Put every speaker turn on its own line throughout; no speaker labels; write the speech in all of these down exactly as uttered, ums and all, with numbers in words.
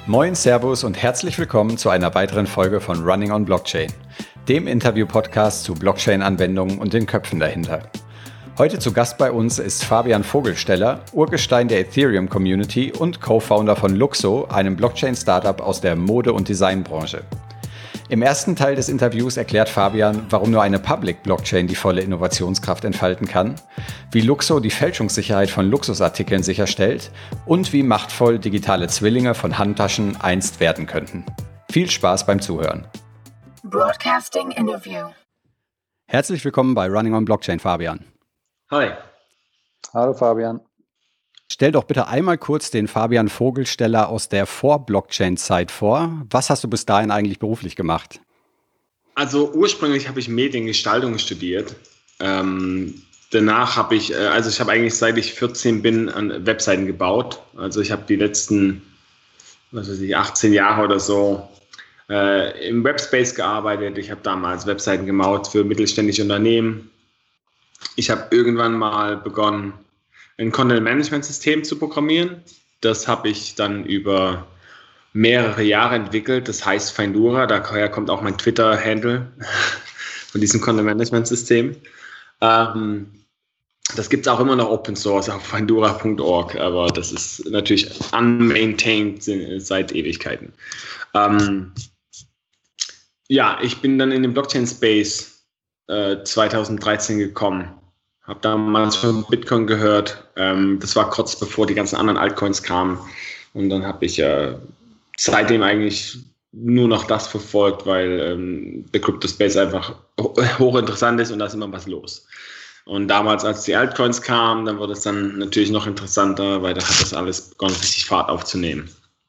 Moin, Servus und herzlich willkommen zu einer weiteren Folge von Running on Blockchain, dem Interview-Podcast zu Blockchain-Anwendungen und den Köpfen dahinter. Heute zu Gast bei uns ist Fabian Vogelsteller, Urgestein der Ethereum-Community und Co-Founder von Luxo, einem Blockchain-Startup aus der Mode- und Designbranche. Im ersten Teil des Interviews erklärt Fabian, warum nur eine Public-Blockchain die volle Innovationskraft entfalten kann, wie Luxo die Fälschungssicherheit von Luxusartikeln sicherstellt und wie machtvoll digitale Zwillinge von Handtaschen einst werden könnten. Viel Spaß beim Zuhören.
Broadcasting Interview.
Herzlich willkommen bei Running on Blockchain, Fabian.
Hi.
Hallo Fabian.
Stell doch bitte einmal kurz den Fabian Vogelsteller aus der Vor-Blockchain-Zeit vor. Was hast du bis dahin eigentlich beruflich gemacht?
Also ursprünglich habe ich Mediengestaltung studiert. Ähm, danach habe ich, äh, also ich habe eigentlich seit ich vierzehn bin an Webseiten gebaut. Also ich habe die letzten, was weiß ich, achtzehn Jahre oder so äh, im Webspace gearbeitet. Ich habe damals Webseiten gemacht für mittelständische Unternehmen. Ich habe irgendwann mal begonnen, ein Content-Management-System zu programmieren. Das habe ich dann über mehrere Jahre entwickelt. Das heißt Findura, daher kommt auch mein Twitter-Handle von diesem Content-Management-System. Ähm, das gibt es auch immer noch Open Source auf findura punkt org, aber das ist natürlich unmaintained seit Ewigkeiten. Ähm, ja, ich bin dann in den Blockchain-Space äh, zweitausenddreizehn gekommen. Habe damals von Bitcoin gehört. Ähm, das war kurz bevor die ganzen anderen Altcoins kamen. Und dann habe ich äh, seitdem eigentlich nur noch das verfolgt, weil ähm, der Crypto-Space einfach hochinteressant ist und da ist immer was los. Und damals, als die Altcoins kamen, dann wurde es dann natürlich noch interessanter, weil da hat das alles begonnen, richtig Fahrt aufzunehmen.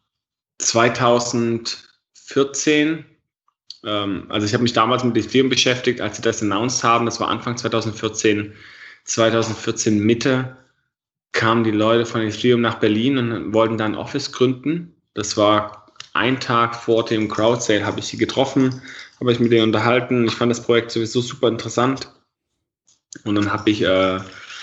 zweitausendvierzehn, ähm, also ich habe mich damals mit Ethereum beschäftigt, als sie das announced haben. Das war Anfang zweitausendvierzehn. zweitausendvierzehn Mitte kamen die Leute von Ethereum nach Berlin und wollten da ein Office gründen. Das war ein Tag vor dem Crowdsale, habe ich sie getroffen, habe ich mit denen unterhalten. Ich fand das Projekt sowieso super interessant. Und dann habe ich äh,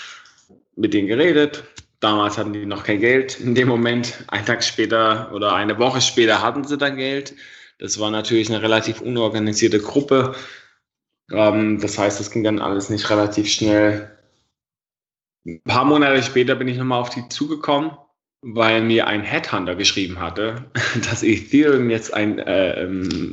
mit denen geredet. Damals hatten die noch kein Geld. In dem Moment, einen Tag später oder eine Woche später hatten sie dann Geld. Das war natürlich eine relativ unorganisierte Gruppe. Ähm, das heißt, das ging dann alles nicht relativ schnell. Ein paar Monate später bin ich nochmal auf die zugekommen, weil mir ein Headhunter geschrieben hatte, dass Ethereum jetzt einen äh,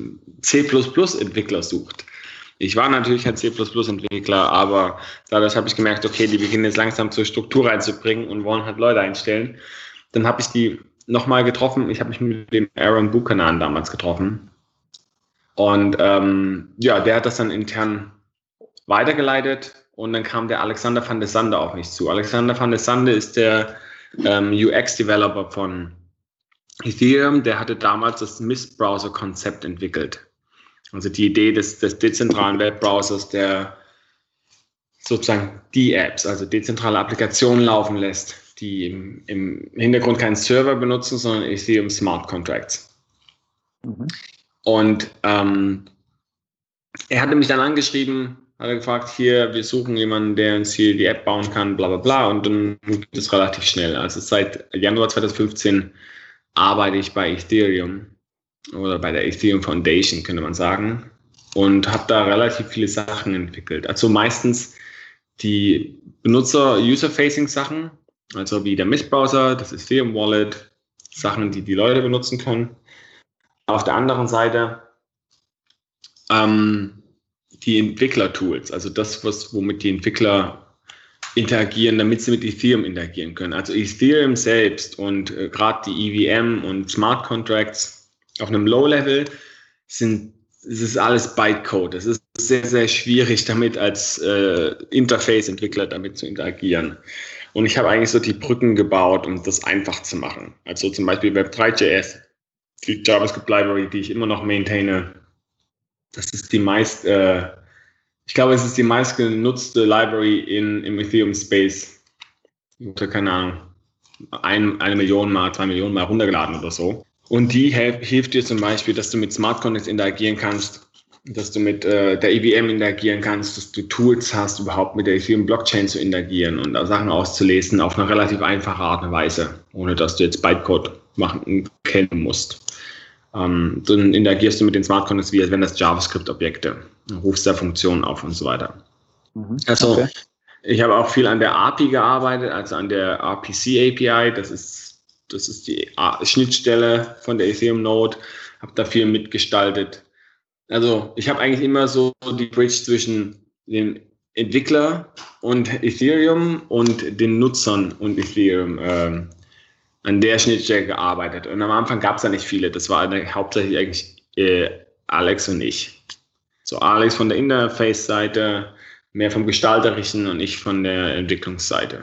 C plus plus Entwickler sucht. Ich war natürlich ein C plus plus Entwickler, aber dadurch habe ich gemerkt, okay, die beginnen jetzt langsam zur Struktur reinzubringen und wollen halt Leute einstellen. Dann habe ich die nochmal getroffen. Ich habe mich mit dem Aaron Buchanan damals getroffen. Und ähm, ja, der hat das dann intern weitergeleitet. Und dann kam der Alexander van der Sande auf mich zu. Alexander van der Sande ist der ähm, U X-Developer von Ethereum. Der hatte damals das Mist-Browser-Konzept entwickelt. Also die Idee des, des dezentralen Webbrowsers, der sozusagen die Apps, also dezentrale Applikationen laufen lässt, die im, im Hintergrund keinen Server benutzen, sondern Ethereum Smart Contracts. Mhm. Und ähm, er hatte mich dann angeschrieben, hat er gefragt, hier, wir suchen jemanden, der uns hier die App bauen kann, bla bla bla. Und dann geht es relativ schnell. Also seit Januar zweitausendfünfzehn arbeite ich bei Ethereum oder bei der Ethereum Foundation, könnte man sagen. Und habe da relativ viele Sachen entwickelt. Also meistens die Benutzer-User-Facing-Sachen, also wie der Mist-Browser, das Ethereum Wallet, Sachen, die die Leute benutzen können. Auf der anderen Seite ähm, die Entwickler-Tools, also das, was, womit die Entwickler interagieren, damit sie mit Ethereum interagieren können. Also Ethereum selbst und äh, gerade die E V M und Smart Contracts auf einem Low-Level sind, es ist alles Bytecode. Es ist sehr, sehr schwierig, damit als äh, Interface-Entwickler damit zu interagieren. Und ich habe eigentlich so die Brücken gebaut, um das einfach zu machen. Also zum Beispiel Web drei Punkt J S, die JavaScript-Library, die ich immer noch maintaine. Das ist die meist, äh, ich glaube, es ist die meistgenutzte Library in, im Ethereum-Space. Keine Ahnung, ein, eine Million mal, zwei Millionen mal runtergeladen oder so. Und die helf, hilft dir zum Beispiel, dass du mit Smart Contracts interagieren kannst, dass du mit äh, der E V M interagieren kannst, dass du Tools hast, überhaupt mit der Ethereum Blockchain zu interagieren und da Sachen auszulesen auf eine relativ einfache Art und Weise, ohne dass du jetzt Bytecode machen kennen musst. Ähm, dann interagierst du mit den Smart Contracts, wie wenn das JavaScript-Objekte, rufst da Funktionen auf und so weiter. Mhm. Also okay. Ich habe auch viel an der A P I gearbeitet, also an der R P C A P I, das ist, das ist die Schnittstelle von der Ethereum Node, habe da viel mitgestaltet. Also ich habe eigentlich immer so die Bridge zwischen dem Entwickler und Ethereum und den Nutzern und Ethereum ähm, an der Schnittstelle gearbeitet. Und am Anfang gab es da nicht viele. Das war hauptsächlich eigentlich äh, Alex und ich. So Alex von der Interface-Seite, mehr vom Gestalterischen und ich von der Entwicklungsseite.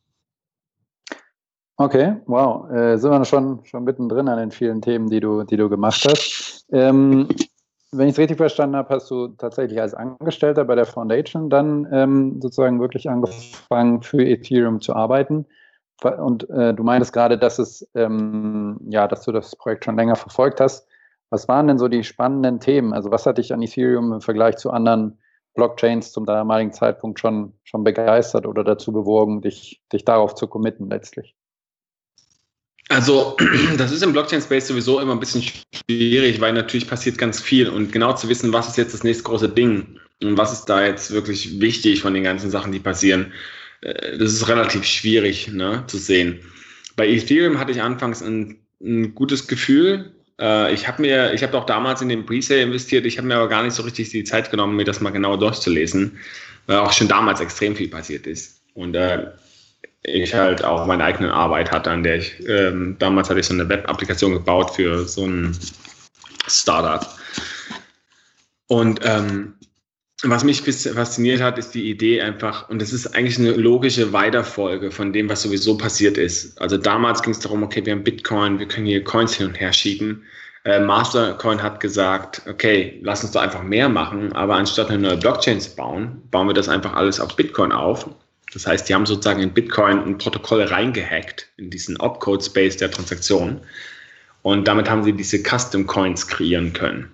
Okay, wow. Äh, sind wir schon, schon mittendrin an den vielen Themen, die du, die du gemacht hast. Ähm, wenn ich es richtig verstanden habe, hast du tatsächlich als Angestellter bei der Foundation dann ähm, sozusagen wirklich angefangen, für Ethereum zu arbeiten. Und äh, du meintest gerade, dass es ähm, ja, dass du das Projekt schon länger verfolgt hast. Was waren denn so die spannenden Themen? Also was hat dich an Ethereum im Vergleich zu anderen Blockchains zum damaligen Zeitpunkt schon, schon begeistert oder dazu bewogen, dich, dich darauf zu committen letztlich?
Also das ist im Blockchain-Space sowieso immer ein bisschen schwierig, weil natürlich passiert ganz viel und genau zu wissen, was ist jetzt das nächste große Ding und was ist da jetzt wirklich wichtig von den ganzen Sachen, die passieren, das ist relativ schwierig, ne, zu sehen. Bei Ethereum hatte ich anfangs ein, ein gutes Gefühl. Ich habe mir, ich habe auch damals in den Presale investiert, ich habe mir aber gar nicht so richtig die Zeit genommen, mir das mal genau durchzulesen, weil auch schon damals extrem viel passiert ist. Und äh, ich halt auch meine eigene Arbeit hatte, an der ich, ähm, damals hatte ich so eine Web-Applikation gebaut für so ein Startup. Und ähm, was mich fasziniert hat, ist die Idee einfach, und das ist eigentlich eine logische Weiterfolge von dem, was sowieso passiert ist. Also damals ging es darum, okay, wir haben Bitcoin, wir können hier Coins hin und her schieben. Äh, Mastercoin hat gesagt, okay, lass uns doch einfach mehr machen, aber anstatt eine neue Blockchain zu bauen, bauen wir das einfach alles auf Bitcoin auf. Das heißt, die haben sozusagen in Bitcoin ein Protokoll reingehackt in diesen Opcode-Space der Transaktion und damit haben sie diese Custom-Coins kreieren können.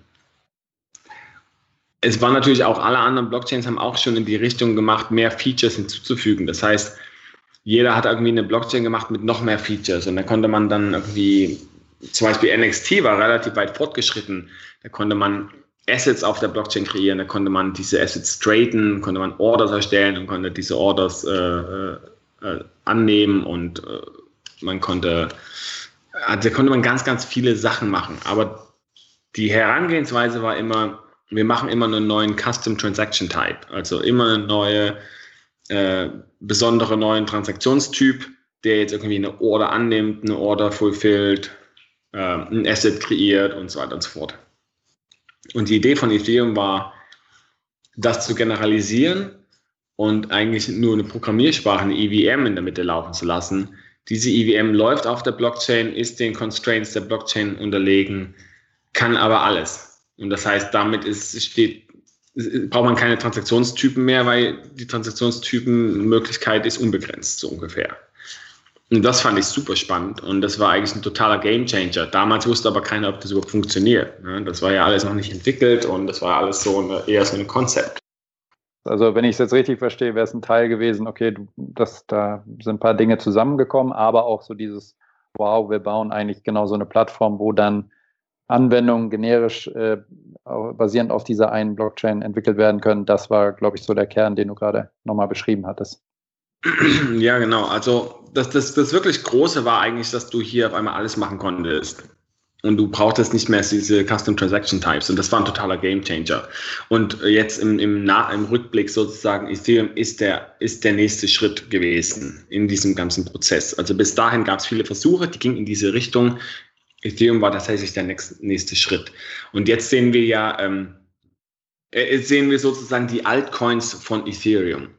Es waren natürlich auch alle anderen Blockchains haben auch schon in die Richtung gemacht, mehr Features hinzuzufügen. Das heißt, jeder hat irgendwie eine Blockchain gemacht mit noch mehr Features und da konnte man dann irgendwie, zum Beispiel N X T war relativ weit fortgeschritten, da konnte man Assets auf der Blockchain kreieren, da konnte man diese Assets traden, konnte man Orders erstellen und konnte diese Orders äh, äh, annehmen und äh, man konnte, also da konnte man ganz, ganz viele Sachen machen. Aber die Herangehensweise war immer, wir machen immer einen neuen Custom Transaction Type, also immer eine neue, äh, besondere neuen Transaktionstyp, der jetzt irgendwie eine Order annimmt, eine Order fulfillt, äh, ein Asset kreiert und so weiter und so fort. Und die Idee von Ethereum war, das zu generalisieren und eigentlich nur eine Programmiersprache, eine E V M in der Mitte laufen zu lassen. Diese E V M läuft auf der Blockchain, ist den Constraints der Blockchain unterlegen, kann aber alles. Und das heißt, damit ist, steht, braucht man keine Transaktionstypen mehr, weil die Transaktionstypenmöglichkeit ist unbegrenzt, so ungefähr. Und das fand ich super spannend und das war eigentlich ein totaler Gamechanger. Damals wusste aber keiner, ob das überhaupt funktioniert. Das war ja alles noch nicht entwickelt und das war alles so eine, eher so ein Konzept.
Also wenn ich es jetzt richtig verstehe, wäre es ein Teil gewesen, okay, du, das, da sind ein paar Dinge zusammengekommen, aber auch so dieses, wow, wir bauen eigentlich genau so eine Plattform, wo dann Anwendungen generisch äh, basierend auf dieser einen Blockchain entwickelt werden können. Das war, glaube ich, so der Kern, den du gerade nochmal beschrieben hattest.
Ja, genau. Also das, das, das wirklich Große war eigentlich, dass du hier auf einmal alles machen konntest. Und du brauchtest nicht mehr diese Custom Transaction Types. Und das war ein totaler Gamechanger. Und jetzt im, im, Na- im Rückblick sozusagen, Ethereum ist der, ist der nächste Schritt gewesen in diesem ganzen Prozess. Also bis dahin gab es viele Versuche, die gingen in diese Richtung. Ethereum war tatsächlich der nächste, nächste Schritt. Und jetzt sehen wir ja, ähm, Jetzt sehen wir sozusagen die Altcoins von Ethereum,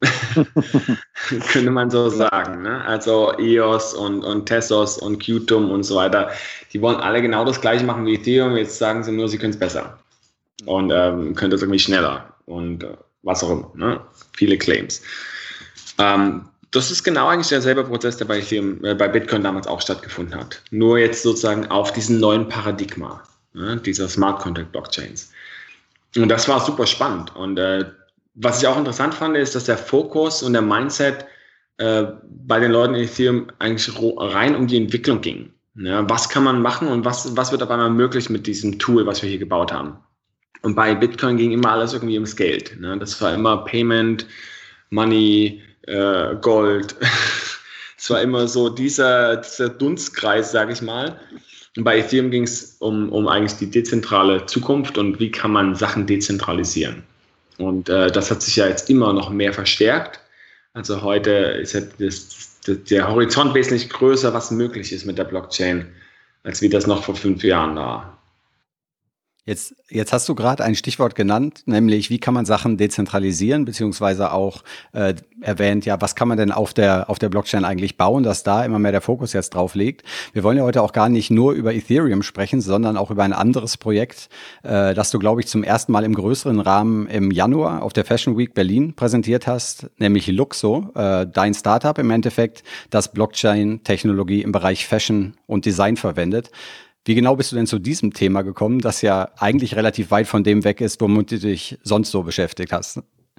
könnte man so sagen. Ne? Also E O S und, und Tezos und Qtum und so weiter, die wollen alle genau das Gleiche machen wie Ethereum. Jetzt sagen sie nur, sie können es besser und ähm, können das irgendwie schneller und äh, was auch immer. Ne? Viele Claims. Ähm, das ist genau eigentlich derselbe Prozess, der bei, Ethereum, äh, bei Bitcoin damals auch stattgefunden hat. Nur jetzt sozusagen auf diesen neuen Paradigma, ne? Dieser Smart Contract Blockchains. Und das war super spannend. Und äh, was ich auch interessant fand, ist, dass der Fokus und der Mindset äh, bei den Leuten in Ethereum eigentlich rein um die Entwicklung ging. Ja, was kann man machen und was, was wird auf einmal möglich mit diesem Tool, was wir hier gebaut haben? Und bei Bitcoin ging immer alles irgendwie ums Geld. Ne? Das war immer Payment, Money, äh, Gold. Es war immer so dieser, dieser Dunstkreis, sage ich mal. Und bei Ethereum ging es um, um eigentlich die dezentrale Zukunft und wie kann man Sachen dezentralisieren. Und äh, das hat sich ja jetzt immer noch mehr verstärkt. Also heute ist ja das, das, der Horizont wesentlich größer, was möglich ist mit der Blockchain, als wie das noch vor fünf Jahren war.
Jetzt, jetzt hast du gerade ein Stichwort genannt, nämlich wie kann man Sachen dezentralisieren, beziehungsweise auch äh, erwähnt, ja, was kann man denn auf der auf der Blockchain eigentlich bauen, dass da immer mehr der Fokus jetzt drauf liegt. Wir wollen ja heute auch gar nicht nur über Ethereum sprechen, sondern auch über ein anderes Projekt, äh, das du, glaube ich, zum ersten Mal im größeren Rahmen im Januar auf der Fashion Week Berlin präsentiert hast, nämlich Luxo, äh, dein Startup im Endeffekt, das Blockchain-Technologie im Bereich Fashion und Design verwendet. Wie genau bist du denn zu diesem Thema gekommen, das ja eigentlich relativ weit von dem weg ist, womit du dich sonst so beschäftigt hast?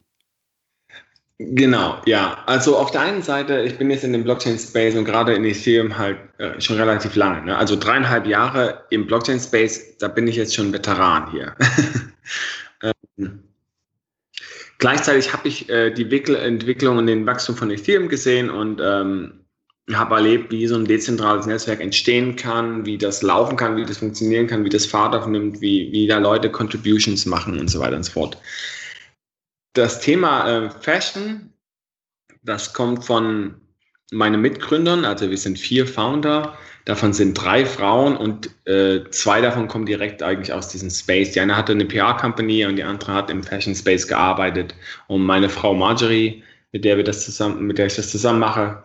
Genau, ja. Also auf der einen Seite, ich bin jetzt in dem Blockchain-Space und gerade in Ethereum halt äh, schon relativ lange. Ne? Also dreieinhalb Jahre im Blockchain-Space, da bin ich jetzt schon Veteran hier. ähm, gleichzeitig habe ich äh, die Wickel- Entwicklung und den Wachstum von Ethereum gesehen und ähm, habe erlebt, wie so ein dezentrales Netzwerk entstehen kann, wie das laufen kann, wie das funktionieren kann, wie das Fahrt aufnimmt, wie, wie da Leute Contributions machen und so weiter und so fort. Das Thema äh, Fashion, das kommt von meinen Mitgründern, also wir sind vier Founder, davon sind drei Frauen und äh, zwei davon kommen direkt eigentlich aus diesem Space. Die eine hatte eine P R-Company und die andere hat im Fashion Space gearbeitet. Und meine Frau Marjorie, mit der wir das zusammen, mit der ich das zusammen mache,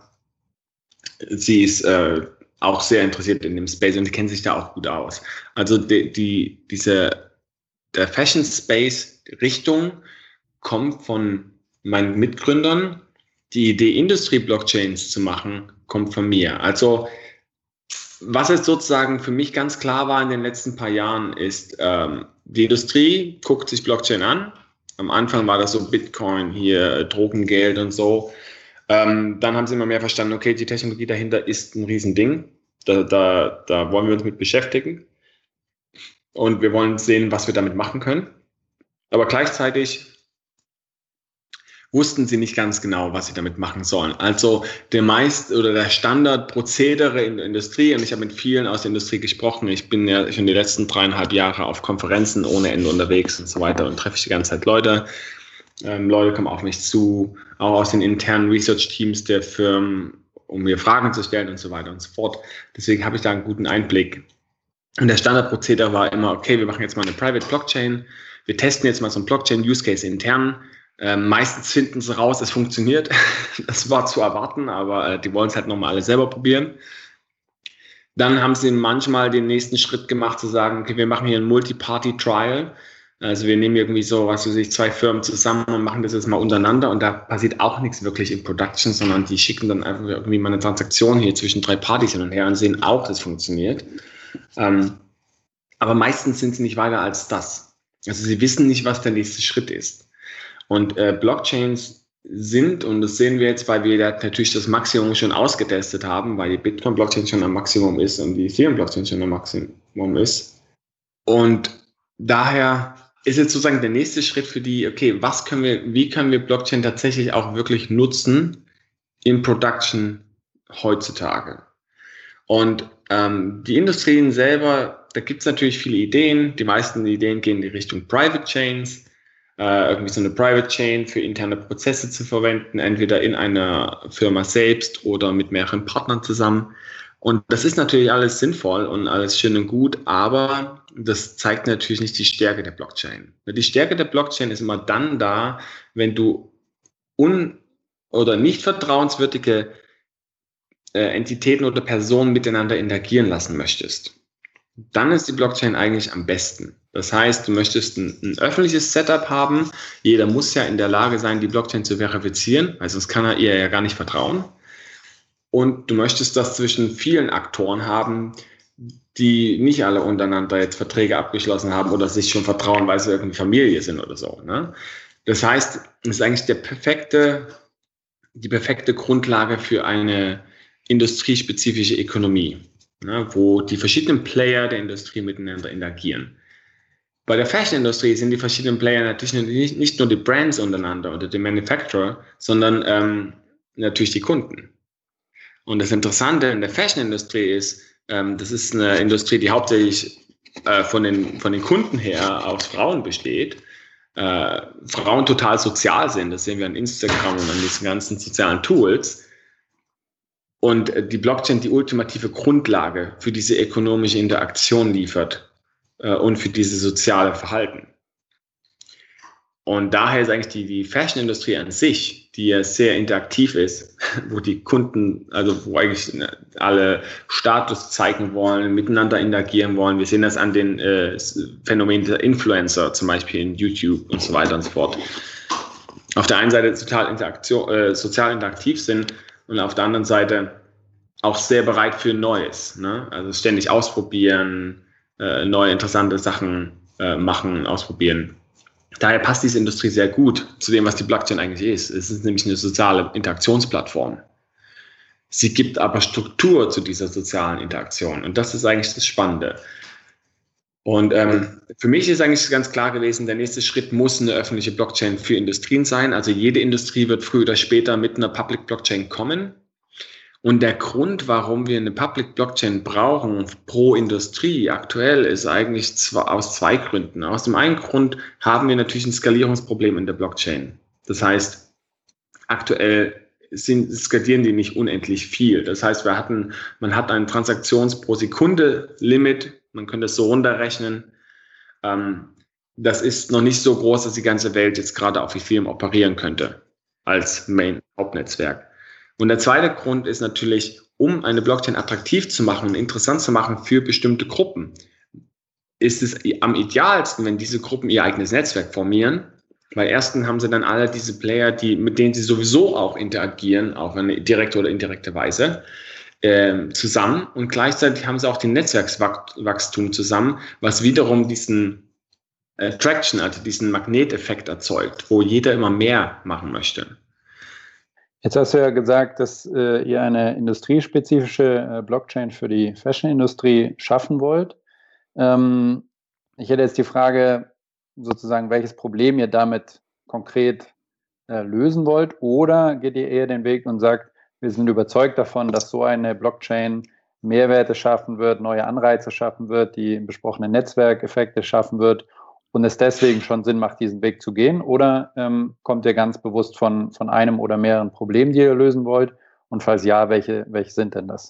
sie ist äh, auch sehr interessiert in dem Space und die kennt sich da auch gut aus. Also die, die, diese, der Fashion Space Richtung kommt von meinen Mitgründern. Die Idee, Industrie-Blockchains zu machen, kommt von mir. Also was jetzt sozusagen für mich ganz klar war in den letzten paar Jahren, ist, ähm, die Industrie guckt sich Blockchain an. Am Anfang war das so Bitcoin, hier Drogengeld und so. Ähm, dann haben sie immer mehr verstanden, okay, die Technologie dahinter ist ein Riesending. Da, da, da wollen wir uns mit beschäftigen. Und wir wollen sehen, was wir damit machen können. Aber gleichzeitig wussten sie nicht ganz genau, was sie damit machen sollen. Also der meist oder der Standardprozedere in der Industrie, und ich habe mit vielen aus der Industrie gesprochen, ich bin ja schon die letzten dreieinhalb Jahre auf Konferenzen ohne Ende unterwegs und so weiter und treffe ich die ganze Zeit Leute. Ähm, Leute kommen auf mich zu, auch aus den internen Research-Teams der Firmen, um mir Fragen zu stellen und so weiter und so fort. Deswegen habe ich da einen guten Einblick. Und der Standardprozedere war immer, okay, wir machen jetzt mal eine Private Blockchain, wir testen jetzt mal so einen Blockchain-Use-Case intern. Ähm, meistens finden sie raus, es funktioniert. Das war zu erwarten, aber äh, die wollen es halt nochmal alle selber probieren. Dann haben sie manchmal den nächsten Schritt gemacht, zu sagen, okay, wir machen hier ein Multi-Party-Trial. Also wir nehmen irgendwie so, was weiß ich, zwei Firmen zusammen und machen das jetzt mal untereinander und da passiert auch nichts wirklich in Production, sondern die schicken dann einfach irgendwie mal eine Transaktion hier zwischen drei Partys hin und her und sehen auch, das funktioniert. Ähm, aber meistens sind sie nicht weiter als das. Also sie wissen nicht, was der nächste Schritt ist. Und äh, Blockchains sind, und das sehen wir jetzt, weil wir da natürlich das Maximum schon ausgetestet haben, weil die Bitcoin-Blockchain schon am Maximum ist und die Ethereum-Blockchain schon am Maximum ist. Und daher ist jetzt sozusagen der nächste Schritt für die, okay, was können wir, wie können wir Blockchain tatsächlich auch wirklich nutzen in Production heutzutage? Und ähm, die Industrien selber, da gibt es natürlich viele Ideen. Die meisten Ideen gehen in die Richtung Private Chains, äh, irgendwie so eine Private Chain für interne Prozesse zu verwenden, entweder in einer Firma selbst oder mit mehreren Partnern zusammen. Und das ist natürlich alles sinnvoll und alles schön und gut, aber das zeigt natürlich nicht die Stärke der Blockchain. Die Stärke der Blockchain ist immer dann da, wenn du un- oder nicht vertrauenswürdige äh, Entitäten oder Personen miteinander interagieren lassen möchtest. Dann ist die Blockchain eigentlich am besten. Das heißt, du möchtest ein, ein öffentliches Setup haben. Jeder muss ja in der Lage sein, die Blockchain zu verifizieren, weil sonst kann er ihr ja gar nicht vertrauen. Und du möchtest das zwischen vielen Aktoren haben, die nicht alle untereinander jetzt Verträge abgeschlossen haben oder sich schon vertrauen, weil sie irgendwie Familie sind oder so. Ne? Das heißt, es ist eigentlich der perfekte, die perfekte Grundlage für eine industriespezifische Ökonomie. ne, wo die verschiedenen Player der Industrie miteinander interagieren. Bei der Fashion-Industrie sind die verschiedenen Player natürlich nicht, nicht nur die Brands untereinander oder die Manufacturer, sondern ähm, natürlich die Kunden. Und das Interessante in der Fashion-Industrie ist, ähm, das ist eine Industrie, die hauptsächlich äh, von, den, von den Kunden her aus Frauen besteht. Äh, Frauen total sozial sind, das sehen wir an Instagram und an diesen ganzen sozialen Tools. Und äh, die Blockchain die ultimative Grundlage für diese ökonomische Interaktion liefert äh, und für dieses soziale Verhalten. Und daher ist eigentlich die, die Fashion-Industrie an sich, die ja sehr interaktiv ist, wo die Kunden, also wo eigentlich alle Status zeigen wollen, miteinander interagieren wollen. Wir sehen das an den äh, Phänomenen der Influencer, zum Beispiel in YouTube und so weiter und so fort. Auf der einen Seite total Interaktion, äh, sozial interaktiv sind und auf der anderen Seite auch sehr bereit für Neues. Ne? Also ständig ausprobieren, äh, neue interessante Sachen äh, machen, ausprobieren. Daher passt diese Industrie sehr gut zu dem, was die Blockchain eigentlich ist. Es ist nämlich eine soziale Interaktionsplattform. Sie gibt aber Struktur zu dieser sozialen Interaktion. Und das ist eigentlich das Spannende. Und ähm, für mich ist eigentlich ganz klar gewesen, der nächste Schritt muss eine öffentliche Blockchain für Industrien sein. Also jede Industrie wird früher oder später mit einer Public Blockchain kommen. Und der Grund, warum wir eine Public Blockchain brauchen pro Industrie aktuell, ist eigentlich zwei, aus zwei Gründen. Aus dem einen Grund haben wir natürlich ein Skalierungsproblem in der Blockchain. Das heißt, aktuell sind, skalieren die nicht unendlich viel. Das heißt, wir hatten, man hat ein Transaktions pro Sekunde Limit, man könnte es so runterrechnen. Ähm, das ist noch nicht so groß, dass die ganze Welt jetzt gerade auf Ethereum operieren könnte als Main-Hauptnetzwerk. Und der zweite Grund ist natürlich, um eine Blockchain attraktiv zu machen und interessant zu machen für bestimmte Gruppen, ist es am idealsten, wenn diese Gruppen ihr eigenes Netzwerk formieren, weil erstens haben sie dann alle diese Player, die, mit denen sie sowieso auch interagieren, auf eine direkte oder indirekte Weise, äh, zusammen und gleichzeitig haben sie auch den Netzwerkswachstum zusammen, was wiederum diesen äh, Traction, also diesen Magneteffekt erzeugt, wo jeder immer mehr machen möchte.
Jetzt hast du ja gesagt, dass äh, ihr eine industriespezifische äh, Blockchain für die Fashion-Industrie schaffen wollt. Ähm, ich hätte jetzt die Frage, sozusagen, welches Problem ihr damit konkret äh, lösen wollt, oder geht ihr eher den Weg und sagt, wir sind überzeugt davon, dass so eine Blockchain Mehrwerte schaffen wird, neue Anreize schaffen wird, die besprochenen Netzwerkeffekte schaffen wird und es deswegen schon Sinn macht, diesen Weg zu gehen? Oder ähm, kommt ihr ganz bewusst von, von einem oder mehreren Problemen, die ihr lösen wollt? Und falls ja, welche, welche sind denn das?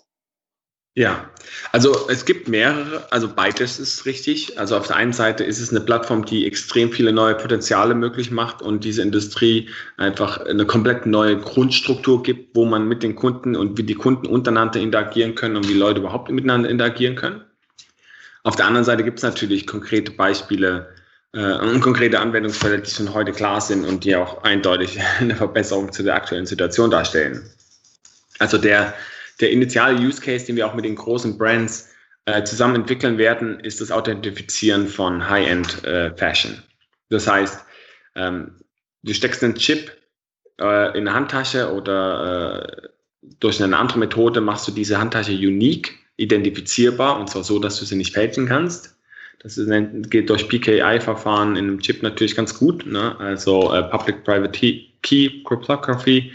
Ja, also es gibt mehrere, also beides ist richtig. Also auf der einen Seite ist es eine Plattform, die extrem viele neue Potenziale möglich macht und diese Industrie einfach eine komplett neue Grundstruktur gibt, wo man mit den Kunden und wie die Kunden untereinander interagieren können und wie Leute überhaupt miteinander interagieren können. Auf der anderen Seite gibt es natürlich konkrete Beispiele äh, und konkrete Anwendungsfälle, die schon heute klar sind und die auch eindeutig eine Verbesserung zu der aktuellen Situation darstellen. Also der Der initiale Use Case, den wir auch mit den großen Brands äh, zusammen entwickeln werden, ist das Authentifizieren von High-End äh, Fashion. Das heißt, ähm, du steckst einen Chip äh, in eine Handtasche oder äh, durch eine andere Methode machst du diese Handtasche unique, identifizierbar, und zwar so, dass du sie nicht fälschen kannst. Das ist, geht durch P K I-Verfahren in einem Chip natürlich ganz gut, ne? Also äh, Public-Private Key Cryptography.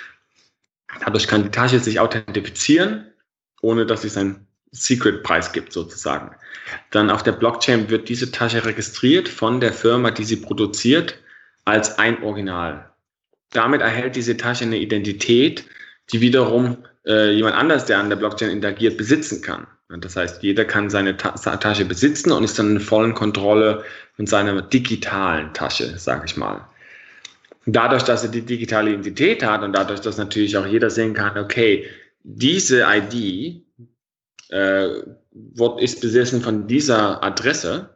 Dadurch kann die Tasche sich authentifizieren, ohne dass es einen Secret-Preis gibt sozusagen. Dann auf der Blockchain wird diese Tasche registriert von der Firma, die sie produziert, als ein Original. Damit erhält diese Tasche eine Identität, die wiederum äh, jemand anders, der an der Blockchain interagiert, besitzen kann. Und das heißt, jeder kann seine Ta- Tasche besitzen und ist dann in vollen Kontrolle von seiner digitalen Tasche, sage ich mal. Dadurch, dass er die digitale Identität hat und dadurch, dass natürlich auch jeder sehen kann, okay, diese I D äh, wird, ist besessen von dieser Adresse,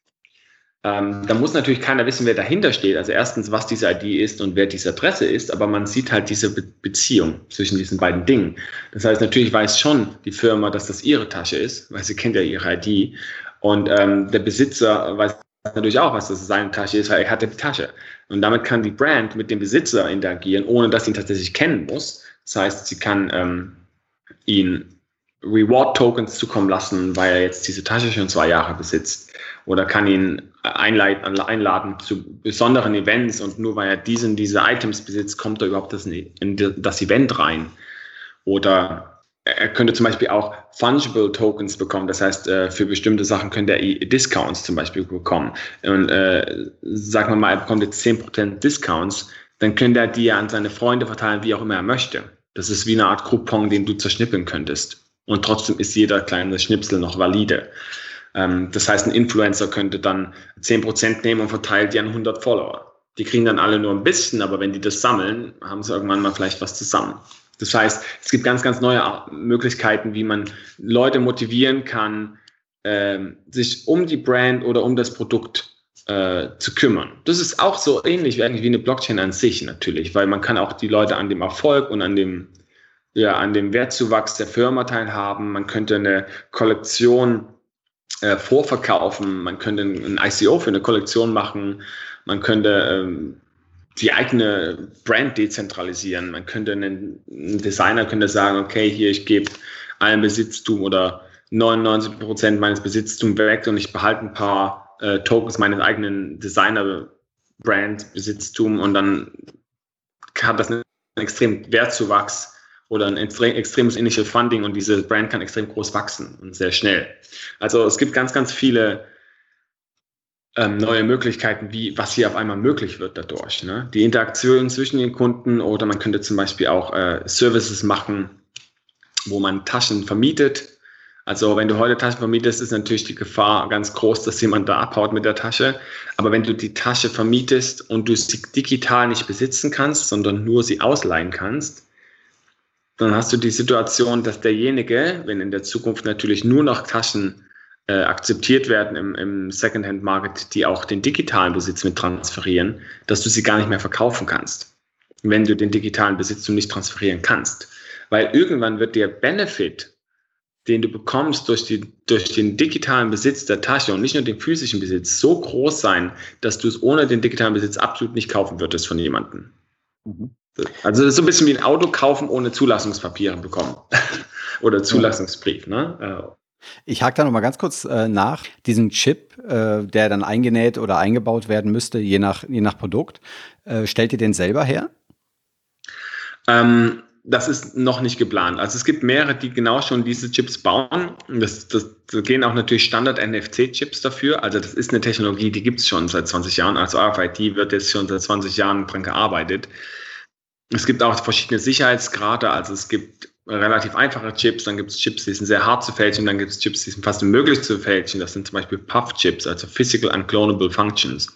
ähm, da muss natürlich keiner wissen, wer dahinter steht. Also erstens, was diese I D ist und wer diese Adresse ist, aber man sieht halt diese Be- Beziehung zwischen diesen beiden Dingen. Das heißt, natürlich weiß schon die Firma, dass das ihre Tasche ist, weil sie kennt ja ihre I D, und ähm, der Besitzer weiß natürlich auch, was das seine Tasche ist, weil er hatte die Tasche. Und damit kann die Brand mit dem Besitzer interagieren, ohne dass sie ihn tatsächlich kennen muss. Das heißt, sie kann ähm, ihn Reward-Tokens zukommen lassen, weil er jetzt diese Tasche schon zwei Jahre besitzt. Oder kann ihn einladen, einladen zu besonderen Events und nur weil er diesen, diese Items besitzt, kommt er überhaupt das, in das Event rein. Oder er könnte zum Beispiel auch Fungible Tokens bekommen, das heißt, für bestimmte Sachen könnte er Discounts zum Beispiel bekommen. Und äh, sagen wir mal, er bekommt jetzt zehn Prozent Discounts, dann könnte er die ja an seine Freunde verteilen, wie auch immer er möchte. Das ist wie eine Art Coupon, den du zerschnippeln könntest. Und trotzdem ist jeder kleine Schnipsel noch valide. Ähm, das heißt, ein Influencer könnte dann zehn Prozent nehmen und verteilt die an hundert Follower. Die kriegen dann alle nur ein bisschen, aber wenn die das sammeln, haben sie irgendwann mal vielleicht was zusammen. Das heißt, es gibt ganz, ganz neue Möglichkeiten, wie man Leute motivieren kann, äh, sich um die Brand oder um das Produkt äh, zu kümmern. Das ist auch so ähnlich wie eigentlich wie eine Blockchain an sich natürlich, weil man kann auch die Leute an dem Erfolg und an dem, ja, an dem Wertzuwachs der Firma teilhaben. Man könnte eine Kollektion äh, vorverkaufen, man könnte ein I C O für eine Kollektion machen, man könnte ähm, die eigene Brand dezentralisieren. Man könnte einen, ein Designer könnte sagen, okay, hier, ich gebe allen Besitztum oder neunundneunzig Prozent meines Besitztums weg und ich behalte ein paar äh, Tokens meines eigenen Designer-Brand-Besitztum und dann hat das einen extremen Wertzuwachs oder ein extrem, extremes Initial Funding und diese Brand kann extrem groß wachsen und sehr schnell. Also es gibt ganz, ganz viele Ähm, neue Möglichkeiten, wie was hier auf einmal möglich wird dadurch. Ne? Die Interaktion zwischen den Kunden oder man könnte zum Beispiel auch äh, Services machen, wo man Taschen vermietet. Also wenn du heute Taschen vermietest, ist natürlich die Gefahr ganz groß, dass jemand da abhaut mit der Tasche. Aber wenn du die Tasche vermietest und du sie digital nicht besitzen kannst, sondern nur sie ausleihen kannst, dann hast du die Situation, dass derjenige, wenn in der Zukunft natürlich nur noch Taschen Äh, akzeptiert werden im, im Secondhand-Market, die auch den digitalen Besitz mit transferieren, dass du sie gar nicht mehr verkaufen kannst, wenn du den digitalen Besitz nicht transferieren kannst. Weil irgendwann wird der Benefit, den du bekommst durch, die, durch den digitalen Besitz der Tasche und nicht nur den physischen Besitz, so groß sein, dass du es ohne den digitalen Besitz absolut nicht kaufen würdest von jemandem. Mhm. Also das ist so ein bisschen wie ein Auto kaufen ohne Zulassungspapiere bekommen oder Zulassungsbrief, ne?
Ich hake da noch mal ganz kurz äh, nach. Diesen Chip, äh, der dann eingenäht oder eingebaut werden müsste, je nach, je nach Produkt, äh, stellt ihr den selber her?
Ähm, das ist noch nicht geplant. Also es gibt mehrere, die genau schon diese Chips bauen. Das, das, das gehen auch natürlich Standard-N F C-Chips dafür. Also das ist eine Technologie, die gibt es schon seit zwanzig Jahren. Also R F I D wird jetzt schon seit zwanzig Jahren dran gearbeitet. Es gibt auch verschiedene Sicherheitsgrade. Also es gibt relativ einfache Chips, dann gibt es Chips, die sind sehr hart zu fälschen, dann gibt es Chips, die sind fast unmöglich zu fälschen. Das sind zum Beispiel P U F-Chips, also Physical Unclonable Functions,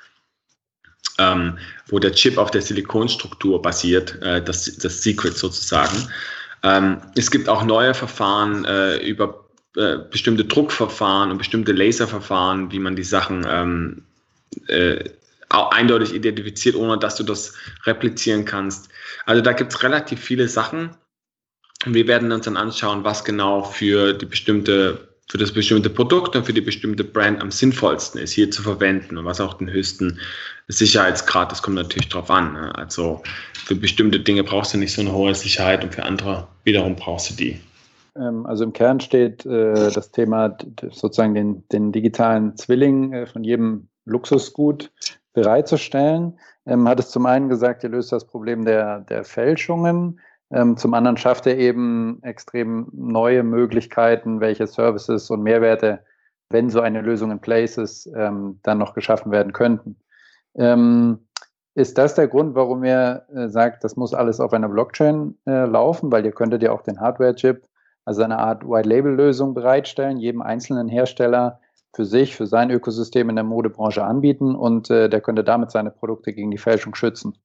ähm, wo der Chip auf der Silikonstruktur basiert, äh, das, das Secret sozusagen. Ähm, es gibt auch neue Verfahren äh, über äh, bestimmte Druckverfahren und bestimmte Laserverfahren, wie man die Sachen ähm, äh, eindeutig identifiziert, ohne dass du das replizieren kannst. Also da gibt es relativ viele Sachen. Und wir werden uns dann anschauen, was genau für die bestimmte, für das bestimmte Produkt und für die bestimmte Brand am sinnvollsten ist, hier zu verwenden und was auch den höchsten Sicherheitsgrad, das kommt natürlich drauf an. Ne? Also für bestimmte Dinge brauchst du nicht so eine hohe Sicherheit und für andere wiederum brauchst du die.
Also im Kern steht äh, das Thema, sozusagen den, den digitalen Zwilling äh, von jedem Luxusgut bereitzustellen. Ähm, hat es zum einen gesagt, ihr löst das Problem der, der Fälschungen. Ähm, zum anderen schafft er eben extrem neue Möglichkeiten, welche Services und Mehrwerte, wenn so eine Lösung in place ist, ähm, dann noch geschaffen werden könnten. Ähm, ist das der Grund, warum ihr äh, sagt, das muss alles auf einer Blockchain äh, laufen? Weil ihr könntet ja auch den Hardware-Chip, also eine Art White-Label-Lösung bereitstellen, jedem einzelnen Hersteller für sich, für sein Ökosystem in der Modebranche anbieten und äh, der könnte damit seine Produkte gegen die Fälschung schützen.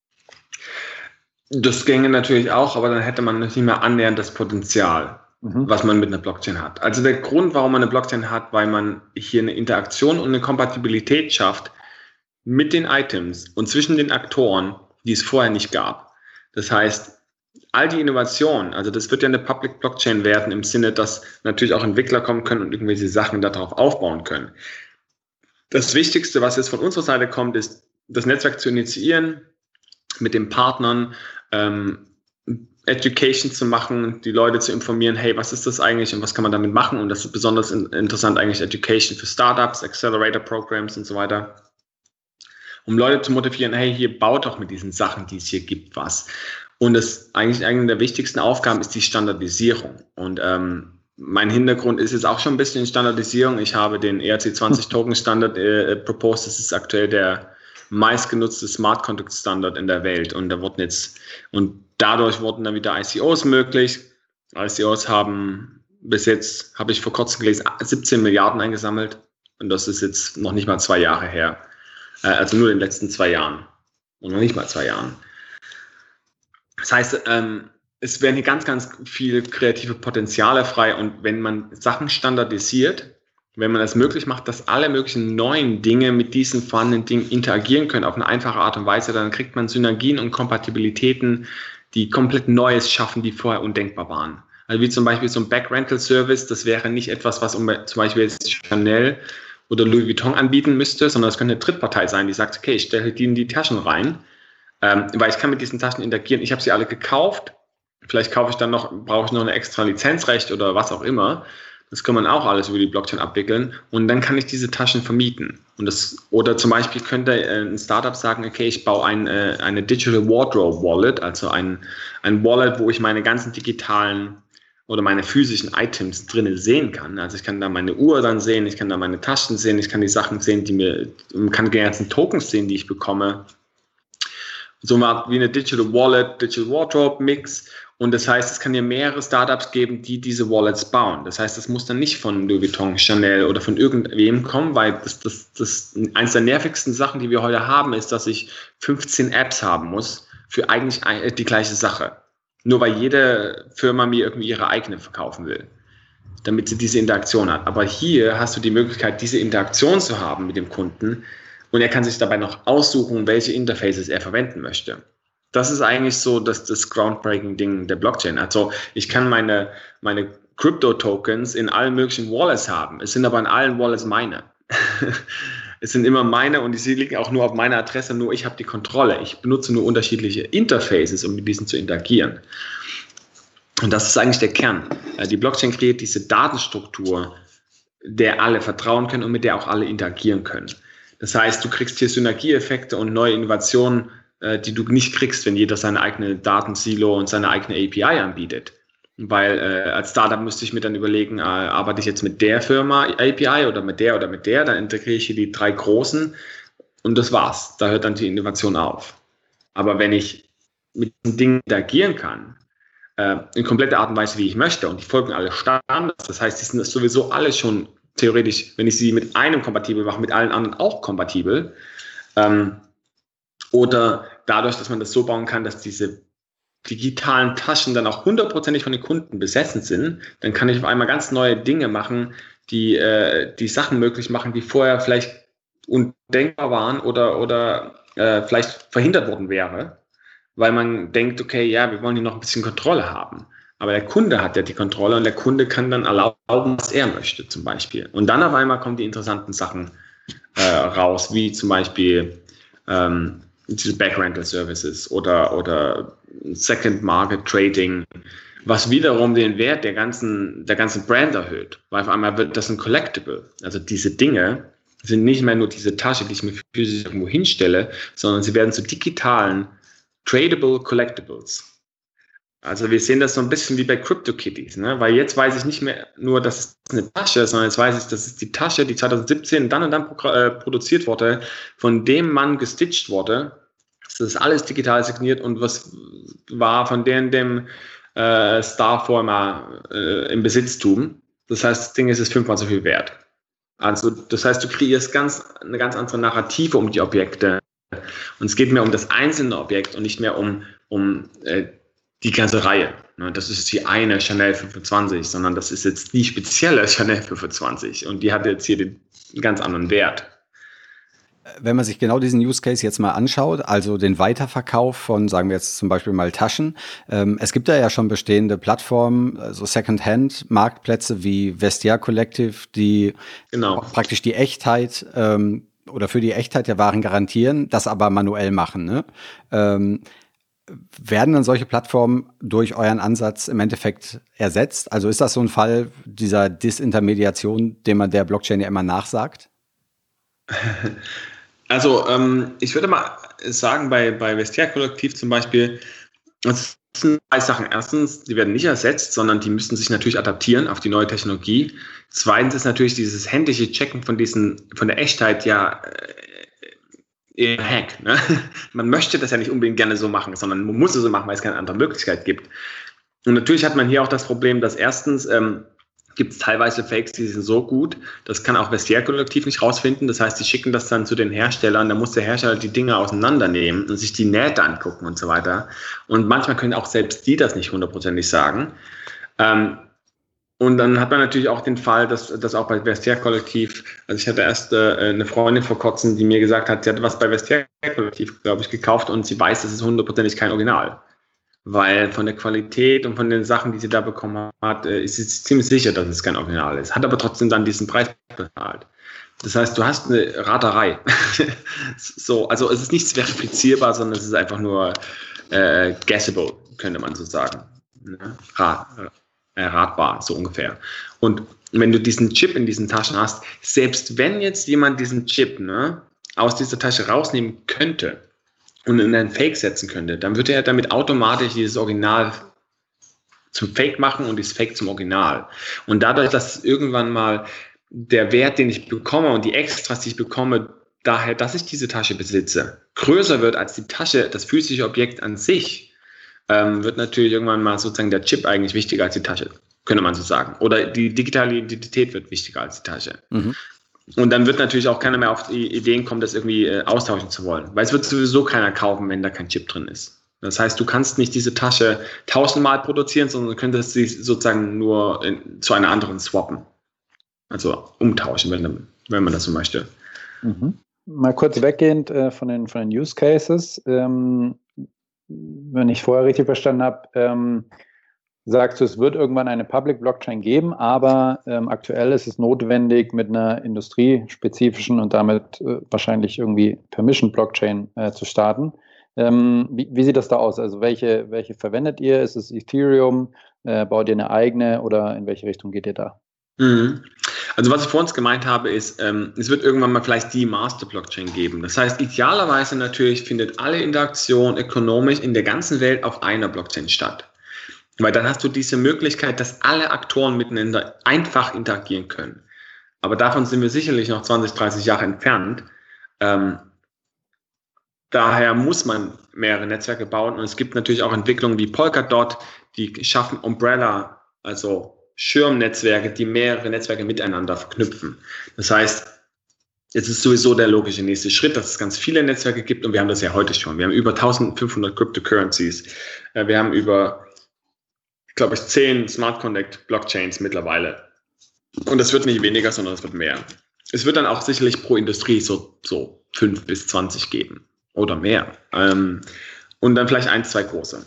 Das ginge natürlich auch, aber dann hätte man nicht mehr annähernd das Potenzial, mhm. was man mit einer Blockchain hat. Also der Grund, warum man eine Blockchain hat, weil man hier eine Interaktion und eine Kompatibilität schafft mit den Items und zwischen den Aktoren, die es vorher nicht gab. Das heißt, all die Innovationen, also das wird ja eine Public Blockchain werden im Sinne, dass natürlich auch Entwickler kommen können und irgendwelche Sachen darauf aufbauen können. Das Wichtigste, was jetzt von unserer Seite kommt, ist, das Netzwerk zu initiieren, mit den Partnern ähm, Education zu machen, die Leute zu informieren, hey, was ist das eigentlich und was kann man damit machen? Und das ist besonders in, interessant eigentlich Education für Startups, Accelerator Programs und so weiter. Um Leute zu motivieren, hey, hier baut doch mit diesen Sachen, die es hier gibt, was. Und das eigentlich eine der wichtigsten Aufgaben ist die Standardisierung. Und ähm, mein Hintergrund ist jetzt auch schon ein bisschen in Standardisierung. Ich habe den E R C zwanzig Token Standard äh, proposed. Das ist aktuell der meistgenutzte Smart Contract Standard in der Welt. Und da wurden jetzt, und dadurch wurden dann wieder I C Os möglich. I C Os haben bis jetzt, habe ich vor kurzem gelesen, siebzehn Milliarden eingesammelt. Und das ist jetzt noch nicht mal zwei Jahre her. Äh, also nur in den letzten zwei Jahren. Und noch nicht mal zwei Jahren. Das heißt, ähm, es werden hier ganz, ganz viele kreative Potenziale frei und wenn man Sachen standardisiert, wenn man es möglich macht, dass alle möglichen neuen Dinge mit diesen vorhandenen Dingen interagieren können auf eine einfache Art und Weise, dann kriegt man Synergien und Kompatibilitäten, die komplett Neues schaffen, die vorher undenkbar waren. Also wie zum Beispiel so ein Back-Rental-Service, das wäre nicht etwas, was um, zum Beispiel jetzt Chanel oder Louis Vuitton anbieten müsste, sondern es könnte eine Drittpartei sein, die sagt, okay, ich stelle die in die Taschen rein, ähm, weil ich kann mit diesen Taschen interagieren. Ich habe sie alle gekauft. Vielleicht kaufe ich dann noch, brauche ich noch eine extra Lizenzrecht oder was auch immer. Das kann man auch alles über die Blockchain abwickeln und dann kann ich diese Taschen vermieten. Und das, oder zum Beispiel könnte ein Startup sagen, okay, ich baue ein, eine Digital Wardrobe Wallet, also ein, ein Wallet, wo ich meine ganzen digitalen oder meine physischen Items drinnen sehen kann. Also ich kann da meine Uhr dann sehen, ich kann da meine Taschen sehen, ich kann die Sachen sehen, die mir, man kann die ganzen Tokens sehen, die ich bekomme. So wie eine Digital Wallet, Digital Wardrobe Mix. Und das heißt, es kann ja mehrere Startups geben, die diese Wallets bauen. Das heißt, das muss dann nicht von Louis Vuitton, Chanel oder von irgendwem kommen, weil das, das, das eins der nervigsten Sachen, die wir heute haben, ist, dass ich fünfzehn Apps haben muss für eigentlich die gleiche Sache. Nur weil jede Firma mir irgendwie ihre eigene verkaufen will, damit sie diese Interaktion hat. Aber hier hast du die Möglichkeit, diese Interaktion zu haben mit dem Kunden und er kann sich dabei noch aussuchen, welche Interfaces er verwenden möchte. Das ist eigentlich so das, das Groundbreaking-Ding der Blockchain. Also ich kann meine, meine Crypto-Tokens in allen möglichen Wallets haben. Es sind aber in allen Wallets meine. Es sind immer meine und die liegen auch nur auf meiner Adresse, nur ich habe die Kontrolle. Ich benutze nur unterschiedliche Interfaces, um mit diesen zu interagieren. Und das ist eigentlich der Kern. Die Blockchain kreiert diese Datenstruktur, der alle vertrauen können und mit der auch alle interagieren können. Das heißt, du kriegst hier Synergieeffekte und neue Innovationen, die du nicht kriegst, wenn jeder seine eigene Datensilo und seine eigene A P I anbietet. Weil äh, als Startup müsste ich mir dann überlegen, äh, arbeite ich jetzt mit der Firma A P I oder mit der oder mit der, dann integriere ich hier die drei großen und das war's. Da hört dann die Innovation auf. Aber wenn ich mit den Dingen interagieren kann, äh, in kompletter Art und Weise, wie ich möchte, und die folgen alle Standards, das heißt, die sind sowieso alle schon theoretisch, wenn ich sie mit einem kompatibel mache, mit allen anderen auch kompatibel, ähm, oder dadurch, dass man das so bauen kann, dass diese digitalen Taschen dann auch hundertprozentig von den Kunden besessen sind, dann kann ich auf einmal ganz neue Dinge machen, die äh, die Sachen möglich machen, die vorher vielleicht undenkbar waren oder, oder äh, vielleicht verhindert worden wäre, weil man denkt, okay, ja, wir wollen hier noch ein bisschen Kontrolle haben. Aber der Kunde hat ja die Kontrolle und der Kunde kann dann erlauben, was er möchte zum Beispiel. Und dann auf einmal kommen die interessanten Sachen äh, raus, wie zum Beispiel ähm, diese Back-Rental-Services oder, oder Second-Market Trading, was wiederum den Wert der ganzen, der ganzen Brand erhöht, weil auf einmal wird das ein Collectible. Also diese Dinge sind nicht mehr nur diese Tasche, die ich mir physisch irgendwo hinstelle, sondern sie werden zu digitalen Tradable Collectibles. Also wir sehen das so ein bisschen wie bei CryptoKitties, ne? Weil jetzt weiß ich nicht mehr nur, dass es eine Tasche ist, sondern jetzt weiß ich, das ist die Tasche, die zwanzig siebzehn dann und dann pro- äh, produziert wurde, von dem Mann gestitcht wurde. Das ist alles digital signiert und was war von dem, dem äh, Star vorher äh, im Besitztum. Das heißt, das Ding ist jetzt fünfmal so viel wert. Also das heißt, du kreierst ganz, eine ganz andere Narrative um die Objekte. Und es geht mehr um das einzelne Objekt und nicht mehr um, um äh, die ganze Reihe. Das ist die eine Chanel fünfundzwanzig, sondern das ist jetzt die spezielle Chanel fünfundzwanzig und die hat jetzt hier den ganz anderen Wert.
Wenn man sich genau diesen Use Case jetzt mal anschaut, also den Weiterverkauf von, sagen wir jetzt zum Beispiel mal Taschen, ähm, es gibt da ja schon bestehende Plattformen, also Second-Hand-Marktplätze wie Vestia Collective, die
genau.
praktisch die Echtheit ähm, oder für die Echtheit der Waren garantieren, das aber manuell machen. Ne? Ähm, werden dann solche Plattformen durch euren Ansatz im Endeffekt ersetzt? Also ist das so ein Fall dieser Disintermediation, den man der Blockchain ja immer nachsagt?
Also ähm, ich würde mal sagen, bei, bei Vestiaire Kollektiv zum Beispiel, es sind zwei Sachen. Erstens, die werden nicht ersetzt, sondern die müssen sich natürlich adaptieren auf die neue Technologie. Zweitens ist natürlich dieses händische Checken von diesen, von der Echtheit ja äh, eher Hack. Ne? Man möchte das ja nicht unbedingt gerne so machen, sondern man muss es so machen, weil es keine andere Möglichkeit gibt. Und natürlich hat man hier auch das Problem, dass erstens ähm, gibt es teilweise Fakes, die sind so gut, das kann auch Vestiaire Kollektiv nicht rausfinden. Das heißt, die schicken das dann zu den Herstellern, da muss der Hersteller die Dinge auseinandernehmen und sich die Nähte angucken und so weiter. Und manchmal können auch selbst die das nicht hundertprozentig sagen. Ähm, und dann hat man natürlich auch den Fall, dass das auch bei Vestiaire Kollektiv, also ich hatte erst äh, eine Freundin vor kurzem, die mir gesagt hat, sie hatte was bei Vestiaire Kollektiv, glaube ich, gekauft und sie weiß, das ist hundertprozentig kein Original. Weil von der Qualität und von den Sachen, die sie da bekommen hat, ist sie ziemlich sicher, dass es kein Original ist. Hat aber trotzdem dann diesen Preis bezahlt. Das heißt, du hast eine Raterei. So, also es ist nichts verifizierbar, sondern es ist einfach nur äh, guessable, könnte man so sagen. Ne? Rat, äh, ratbar, so ungefähr. Und wenn du diesen Chip in diesen Taschen hast, selbst wenn jetzt jemand diesen Chip ne, aus dieser Tasche rausnehmen könnte, und in einen Fake setzen könnte, dann würde er damit automatisch dieses Original zum Fake machen und dieses Fake zum Original. Und dadurch, dass irgendwann mal der Wert, den ich bekomme und die Extras, die ich bekomme, daher, dass ich diese Tasche besitze, größer wird als die Tasche, das physische Objekt an sich, ähm, wird natürlich irgendwann mal sozusagen der Chip eigentlich wichtiger als die Tasche, könnte man so sagen. Oder die digitale Identität wird wichtiger als die Tasche. Mhm. Und dann wird natürlich auch keiner mehr auf die Ideen kommen, das irgendwie äh, austauschen zu wollen. Weil es wird sowieso keiner kaufen, wenn da kein Chip drin ist. Das heißt, du kannst nicht diese Tasche tausendmal produzieren, sondern du könntest sie sozusagen nur in, zu einer anderen swappen. Also umtauschen, wenn, wenn man das so möchte.
Mhm. Mal kurz weggehend äh, von, den, von den Use Cases. Ähm, wenn ich vorher richtig verstanden habe, ähm, sagst du, es wird irgendwann eine Public Blockchain geben, aber ähm, aktuell ist es notwendig, mit einer industriespezifischen und damit äh, wahrscheinlich irgendwie Permission Blockchain äh, zu starten. Ähm, wie, wie sieht das da aus? Also welche, welche verwendet ihr? Ist es Ethereum? Äh, baut ihr eine eigene oder in welche Richtung geht ihr da?
Mhm. Also was ich vor uns gemeint habe, ist, ähm, es wird irgendwann mal vielleicht die Master Blockchain geben. Das heißt, idealerweise natürlich findet alle Interaktion ökonomisch in der ganzen Welt auf einer Blockchain statt. Weil dann hast du diese Möglichkeit, dass alle Aktoren miteinander einfach interagieren können. Aber davon sind wir sicherlich noch zwanzig, dreißig Jahre entfernt. Ähm, daher muss man mehrere Netzwerke bauen. Und es gibt natürlich auch Entwicklungen wie Polkadot, die schaffen Umbrella, also Schirmnetzwerke, die mehrere Netzwerke miteinander verknüpfen. Das heißt, jetzt ist sowieso der logische nächste Schritt, dass es ganz viele Netzwerke gibt. Und wir haben das ja heute schon. Wir haben über eintausendfünfhundert Cryptocurrencies. Äh, wir haben über glaube ich, zehn Smart Contract Blockchains mittlerweile. Und es wird nicht weniger, sondern es wird mehr. Es wird dann auch sicherlich pro Industrie so, so fünf bis zwanzig geben oder mehr. Ähm, und dann vielleicht ein, zwei große.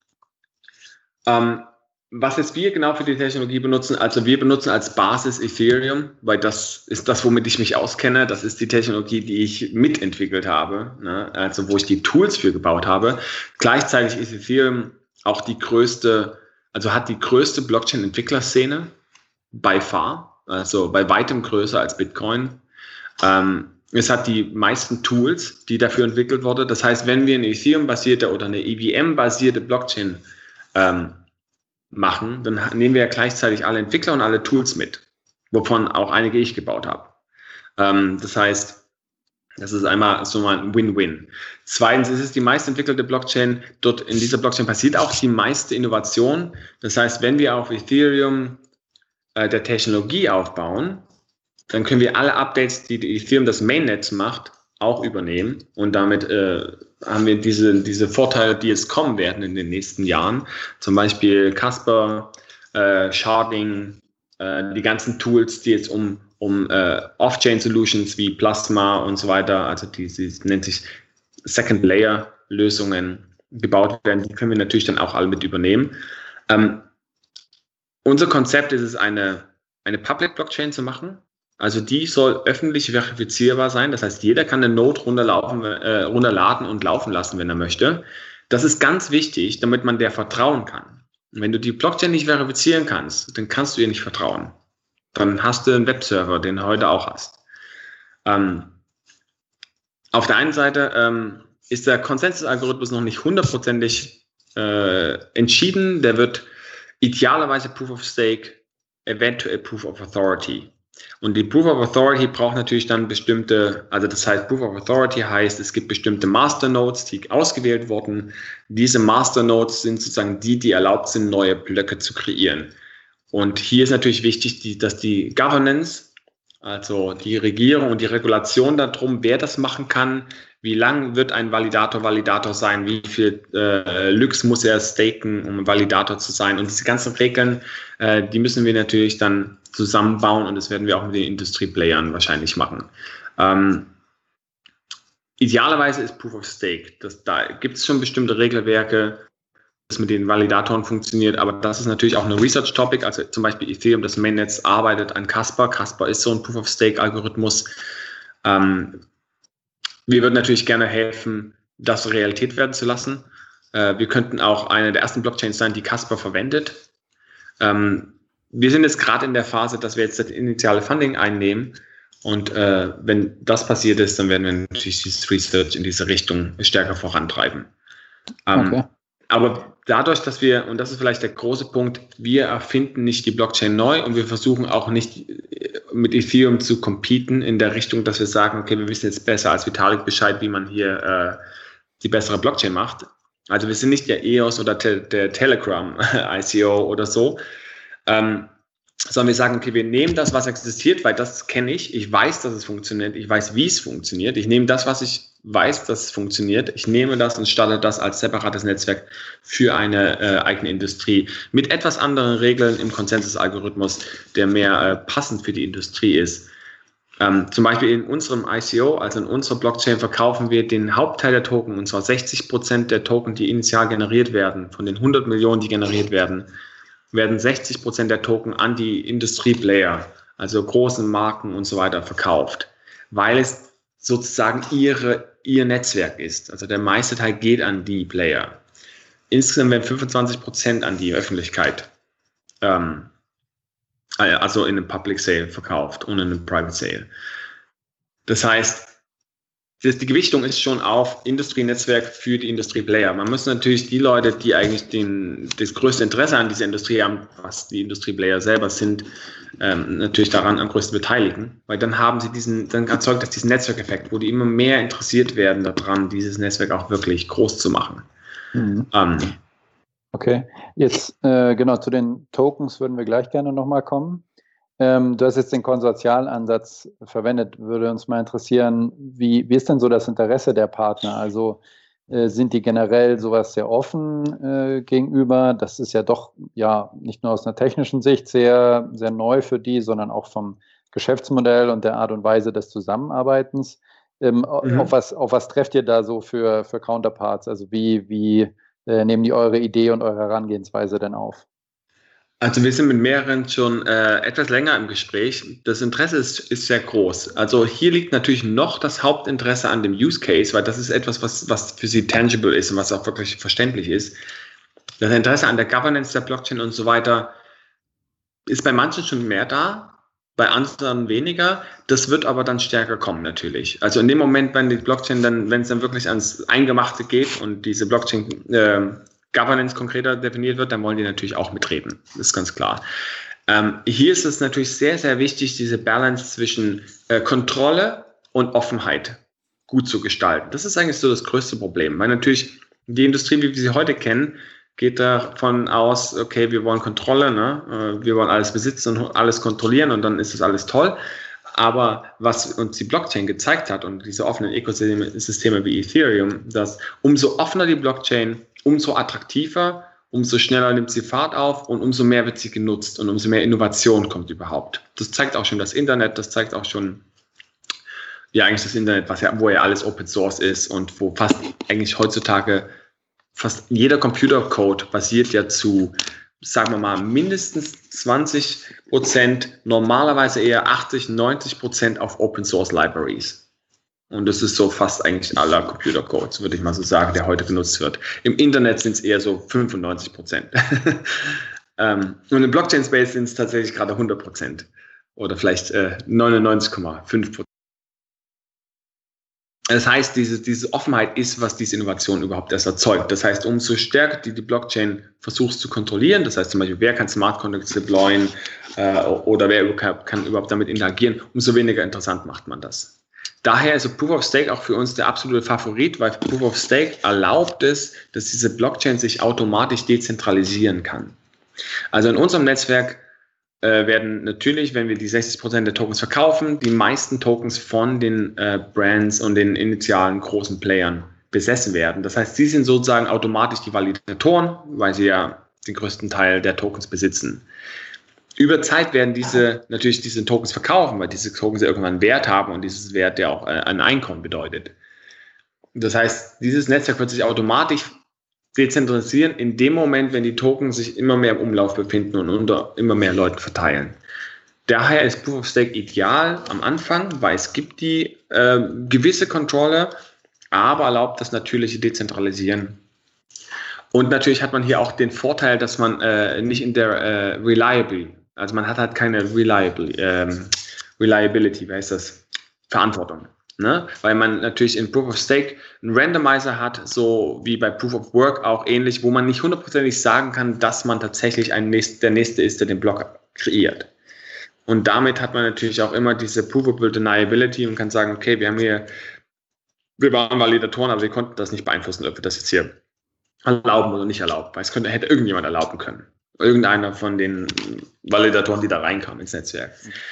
Ähm, was jetzt wir genau für die Technologie benutzen, also wir benutzen als Basis Ethereum, weil das ist das, womit ich mich auskenne. Das ist die Technologie, die ich mitentwickelt habe, ne? Also wo ich die Tools für gebaut habe. Gleichzeitig ist Ethereum auch die größte Also hat die größte Blockchain-Entwicklerszene by far, also bei weitem größer als Bitcoin. Ähm, es hat die meisten Tools, die dafür entwickelt wurden. Das heißt, wenn wir eine Ethereum-basierte oder eine E V M-basierte Blockchain ähm, machen, dann nehmen wir ja gleichzeitig alle Entwickler und alle Tools mit, wovon auch einige ich gebaut habe. Ähm, das heißt, das ist einmal so mal ein Win-Win. Zweitens ist es die meistentwickelte Blockchain. Dort in dieser Blockchain passiert auch die meiste Innovation. Das heißt, wenn wir auf Ethereum äh, der Technologie aufbauen, dann können wir alle Updates, die, die Ethereum das Mainnetz macht, auch übernehmen. Und damit äh, haben wir diese, diese Vorteile, die jetzt kommen werden in den nächsten Jahren. Zum Beispiel Casper, äh, Sharding, äh, die ganzen Tools, die jetzt um um äh, Off-Chain-Solutions wie Plasma und so weiter, also die, die nennt sich Second-Layer-Lösungen gebaut werden, die können wir natürlich dann auch alle mit übernehmen. Ähm, unser Konzept ist es, eine, eine Public-Blockchain zu machen. Also die soll öffentlich verifizierbar sein. Das heißt, jeder kann eine Node runterlaufen, äh, runterladen und laufen lassen, wenn er möchte. Das ist ganz wichtig, damit man der vertrauen kann. Und wenn du die Blockchain nicht verifizieren kannst, dann kannst du ihr nicht vertrauen. Dann hast du einen Webserver, den du heute auch hast. Ähm, auf der einen Seite ähm, ist der Konsensus-Algorithmus noch nicht hundertprozentig äh, entschieden. Der wird idealerweise Proof of Stake, eventuell Proof of Authority. Und die Proof of Authority braucht natürlich dann bestimmte, also das heißt, Proof of Authority heißt, es gibt bestimmte Masternodes, die ausgewählt wurden. Diese Masternodes sind sozusagen die, die erlaubt sind, neue Blöcke zu kreieren. Und hier ist natürlich wichtig, die, dass die Governance, also die Regierung und die Regulation darum, wer das machen kann, wie lang wird ein Validator Validator sein, wie viel äh, Lux muss er staken, um ein Validator zu sein. Und diese ganzen Regeln, äh, die müssen wir natürlich dann zusammenbauen und das werden wir auch mit den Industrieplayern wahrscheinlich machen. Ähm, idealerweise ist Proof of Stake. Das, da gibt es schon bestimmte Regelwerke, das mit den Validatoren funktioniert, aber das ist natürlich auch eine Research-Topic, also zum Beispiel Ethereum, das Mainnetz arbeitet an Casper. Casper ist so ein Proof of Stake-Algorithmus. Ähm, wir würden natürlich gerne helfen, das Realität werden zu lassen. Äh, wir könnten auch eine der ersten Blockchains sein, die Casper verwendet. Ähm, wir sind jetzt gerade in der Phase, dass wir jetzt das initiale Funding einnehmen und äh, wenn das passiert ist, dann werden wir natürlich dieses Research in diese Richtung stärker vorantreiben. Ähm, okay. Aber dadurch, dass wir, und das ist vielleicht der große Punkt, wir erfinden nicht die Blockchain neu und wir versuchen auch nicht mit Ethereum zu competen in der Richtung, dass wir sagen, okay, wir wissen jetzt besser als Vitalik Bescheid, wie man hier äh, die bessere Blockchain macht. Also wir sind nicht der E O S oder te- der Telegram I C O oder so, ähm, sondern wir sagen, okay, wir nehmen das, was existiert, weil das kenne ich, ich weiß, dass es funktioniert, ich weiß, wie es funktioniert, ich nehme das, was ich weiß, dass es funktioniert, ich nehme das und starte das als separates Netzwerk für eine äh, eigene Industrie mit etwas anderen Regeln im Konsensus-Algorithmus, der mehr äh, passend für die Industrie ist. Ähm, zum Beispiel in unserem I C O, also in unserer Blockchain, verkaufen wir den Hauptteil der Token, und zwar sechzig Prozent der Token, die initial generiert werden, von den hundert Millionen, die generiert werden, werden sechzig Prozent der Token an die Industrieplayer, also großen Marken und so weiter, verkauft, weil es sozusagen ihre, ihr Netzwerk ist. Also der meiste Teil geht an die Player. Insgesamt werden fünfundzwanzig Prozent an die Öffentlichkeit, ähm, also in einem Public Sale verkauft und in einem Private Sale. Das heißt, das, die Gewichtung ist schon auf Industrienetzwerk für die Industrieplayer. Man muss natürlich die Leute, die eigentlich den, das größte Interesse an dieser Industrie haben, was die Industrieplayer selber sind, ähm, natürlich daran am größten beteiligen, weil dann haben sie diesen, dann erzeugt das diesen Netzwerkeffekt, wo die immer mehr interessiert werden daran, dieses Netzwerk auch wirklich groß zu machen.
Mhm. Ähm, okay, jetzt äh, genau zu den Tokens würden wir gleich gerne nochmal kommen. Ähm, du hast jetzt den Konsortialansatz verwendet, würde uns mal interessieren, wie, wie ist denn so das Interesse der Partner? Also äh, sind die generell sowas sehr offen äh, gegenüber? Das ist ja doch ja nicht nur aus einer technischen Sicht sehr, sehr neu für die, sondern auch vom Geschäftsmodell und der Art und Weise des Zusammenarbeitens. Ähm, mhm. auf, was, auf was trefft ihr da so für, für Counterparts? Also wie, wie äh, nehmen die eure Idee und eure Herangehensweise denn auf?
Also wir sind mit mehreren schon äh, etwas länger im Gespräch. Das Interesse ist, ist sehr groß. Also hier liegt natürlich noch das Hauptinteresse an dem Use Case, weil das ist etwas, was, was für sie tangible ist und was auch wirklich verständlich ist. Das Interesse an der Governance der Blockchain und so weiter ist bei manchen schon mehr da, bei anderen weniger. Das wird aber dann stärker kommen natürlich. Also in dem Moment, wenn die Blockchain dann, wenn es dann wirklich ans Eingemachte geht und diese Blockchain äh, Governance konkreter definiert wird, dann wollen die natürlich auch mitreden. Das ist ganz klar. Ähm, hier ist es natürlich sehr, sehr wichtig, diese Balance zwischen äh, Kontrolle und Offenheit gut zu gestalten. Das ist eigentlich so das größte Problem, weil natürlich die Industrie, wie wir sie heute kennen, geht davon aus, okay, wir wollen Kontrolle, ne? Wir wollen alles besitzen und alles kontrollieren und dann ist das alles toll. Aber was uns die Blockchain gezeigt hat und diese offenen Ökosysteme wie Ethereum, dass umso offener die Blockchain, umso attraktiver, umso schneller nimmt sie Fahrt auf und umso mehr wird sie genutzt und umso mehr Innovation kommt überhaupt. Das zeigt auch schon das Internet, das zeigt auch schon, ja eigentlich das Internet, was ja, wo ja alles Open Source ist und wo fast eigentlich heutzutage fast jeder Computercode basiert ja zu, sagen wir mal, mindestens zwanzig Prozent, normalerweise eher achtzig, neunzig Prozent auf Open Source Libraries. Und das ist so fast eigentlich aller Computercodes, würde ich mal so sagen, der heute genutzt wird. Im Internet sind es eher so fünfundneunzig Prozent. ähm, und im Blockchain-Space sind es tatsächlich gerade hundert Prozent oder vielleicht äh, neunundneunzig Komma fünf Prozent. Das heißt, diese, diese Offenheit ist, was diese Innovation überhaupt erst erzeugt. Das heißt, umso stärker die, die Blockchain versuchst zu kontrollieren, das heißt zum Beispiel, wer kann Smart Contracts deployen äh, oder wer kann, kann überhaupt damit interagieren, umso weniger interessant macht man das. Daher ist Proof of Stake auch für uns der absolute Favorit, weil Proof of Stake erlaubt es, dass diese Blockchain sich automatisch dezentralisieren kann. Also in unserem Netzwerk äh, werden natürlich, wenn wir die sechzig Prozent der Tokens verkaufen, die meisten Tokens von den äh, Brands und den initialen großen Playern besessen werden. Das heißt, sie sind sozusagen automatisch die Validatoren, weil sie ja den größten Teil der Tokens besitzen. Über Zeit werden diese natürlich diese Tokens verkaufen, weil diese Tokens ja irgendwann einen Wert haben und dieses Wert ja auch ein Einkommen bedeutet. Das heißt, dieses Netzwerk wird sich automatisch dezentralisieren in dem Moment, wenn die Tokens sich immer mehr im Umlauf befinden und unter immer mehr Leuten verteilen. Daher ist Proof of Stake ideal am Anfang, weil es gibt die äh, gewisse Controller, aber erlaubt das natürliche Dezentralisieren. Und natürlich hat man hier auch den Vorteil, dass man äh, nicht in der äh, Reliable, also man hat halt keine Reliable, ähm, Reliability, wie heißt das, Verantwortung. Ne? Weil man natürlich in Proof of Stake einen Randomizer hat, so wie bei Proof of Work auch ähnlich, wo man nicht hundertprozentig sagen kann, dass man tatsächlich ein nächst, der Nächste ist, der den Block kreiert. Und damit hat man natürlich auch immer diese Provable Deniability und kann sagen, okay, wir haben hier, wir waren Validatoren, aber wir konnten das nicht beeinflussen, ob wir das jetzt hier erlauben oder nicht erlauben, weil es könnte, hätte irgendjemand erlauben können. Irgendeiner von den Validatoren, die da reinkamen ins Netzwerk.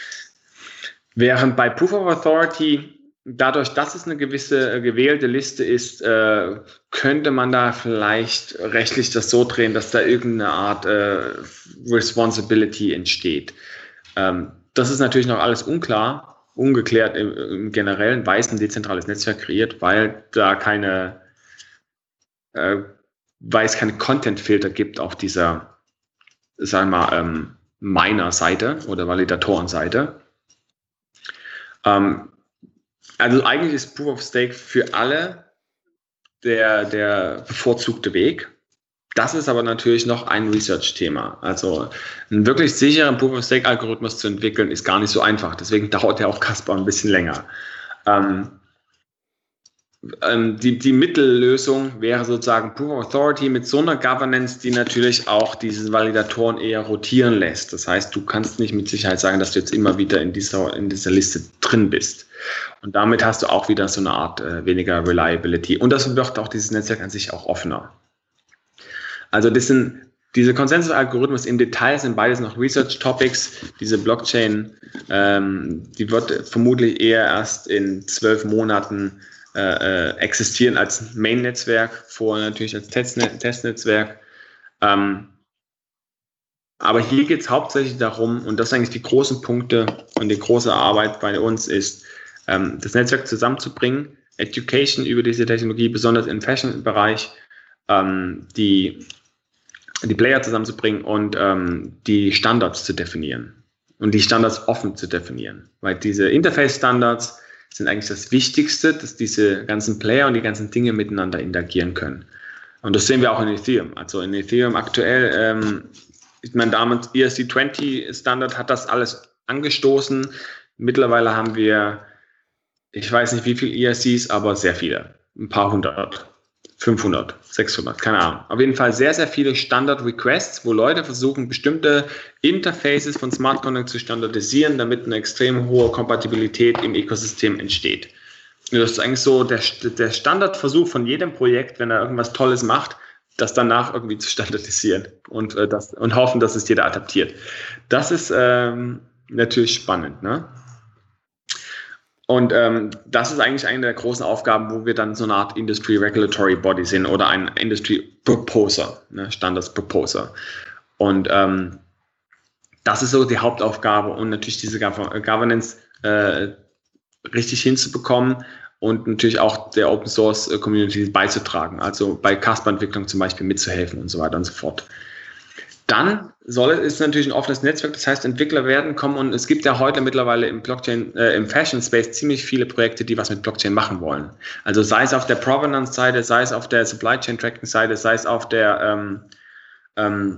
Während bei Proof of Authority, dadurch, dass es eine gewisse äh, gewählte Liste ist, äh, könnte man da vielleicht rechtlich das so drehen, dass da irgendeine Art äh, Responsibility entsteht. Ähm, das ist natürlich noch alles unklar, ungeklärt im, im Generellen, weil es ein dezentrales Netzwerk kreiert, weil da keine äh, weil es keine Content-Filter gibt auf dieser, sagen wir mal, ähm, Miner-Seite oder Validatoren-Seite. Ähm, also eigentlich ist Proof of Stake für alle der, der bevorzugte Weg. Das ist aber natürlich noch ein Research-Thema. Also einen wirklich sicheren Proof of Stake-Algorithmus zu entwickeln, ist gar nicht so einfach. Deswegen dauert ja auch Caspar ein bisschen länger. Ähm, Die, die Mittellösung wäre sozusagen Proof of Authority mit so einer Governance, die natürlich auch diese Validatoren eher rotieren lässt. Das heißt, du kannst nicht mit Sicherheit sagen, dass du jetzt immer wieder in dieser, in dieser Liste drin bist. Und damit hast du auch wieder so eine Art äh, weniger Reliability. Und das wird auch dieses Netzwerk an sich auch offener. Also das sind diese Konsensus-Algorithmus im Detail sind beides noch Research-Topics. Diese Blockchain, ähm, die wird vermutlich eher erst in zwölf Monaten Äh, existieren als Main-Netzwerk, vorher natürlich als Testnet- Testnetzwerk. Ähm, aber hier geht es hauptsächlich darum, und das sind eigentlich die großen Punkte und die große Arbeit bei uns ist, ähm, das Netzwerk zusammenzubringen, Education über diese Technologie, besonders im Fashion-Bereich, ähm, die, die Player zusammenzubringen und ähm, die Standards zu definieren und die Standards offen zu definieren. Weil diese Interface-Standards sind eigentlich das Wichtigste, dass diese ganzen Player und die ganzen Dinge miteinander interagieren können. Und das sehen wir auch in Ethereum. Also in Ethereum aktuell, ähm, ich meine, damals E R C zwanzig Standard hat das alles angestoßen. Mittlerweile haben wir, ich weiß nicht wie viele E R Cs, aber sehr viele. Ein paar hundert, fünfhundert, sechshundert, keine Ahnung. Auf jeden Fall sehr, sehr viele Standard-Requests, wo Leute versuchen, bestimmte Interfaces von Smart Contracts zu standardisieren, damit eine extrem hohe Kompatibilität im Ökosystem entsteht. Und das ist eigentlich so der, der Standardversuch von jedem Projekt, wenn er irgendwas Tolles macht, das danach irgendwie zu standardisieren und, äh, das, und hoffen, dass es jeder adaptiert. Das ist ähm, natürlich spannend, ne? Und ähm, das ist eigentlich eine der großen Aufgaben, wo wir dann so eine Art Industry Regulatory Body sind oder ein Industry Proposer, ne, Standards Proposer. Und ähm, das ist so die Hauptaufgabe und natürlich diese Governance äh, richtig hinzubekommen und natürlich auch der Open Source Community beizutragen, also bei Caspar-Entwicklung zum Beispiel mitzuhelfen und so weiter und so fort. Dann soll es ist natürlich ein offenes Netzwerk, das heißt, Entwickler werden kommen und es gibt ja heute mittlerweile im Blockchain, äh, im Fashion Space ziemlich viele Projekte, die was mit Blockchain machen wollen. Also sei es auf der Provenance-Seite, sei es auf der Supply Chain Tracking-Seite, sei es auf der ähm, ähm,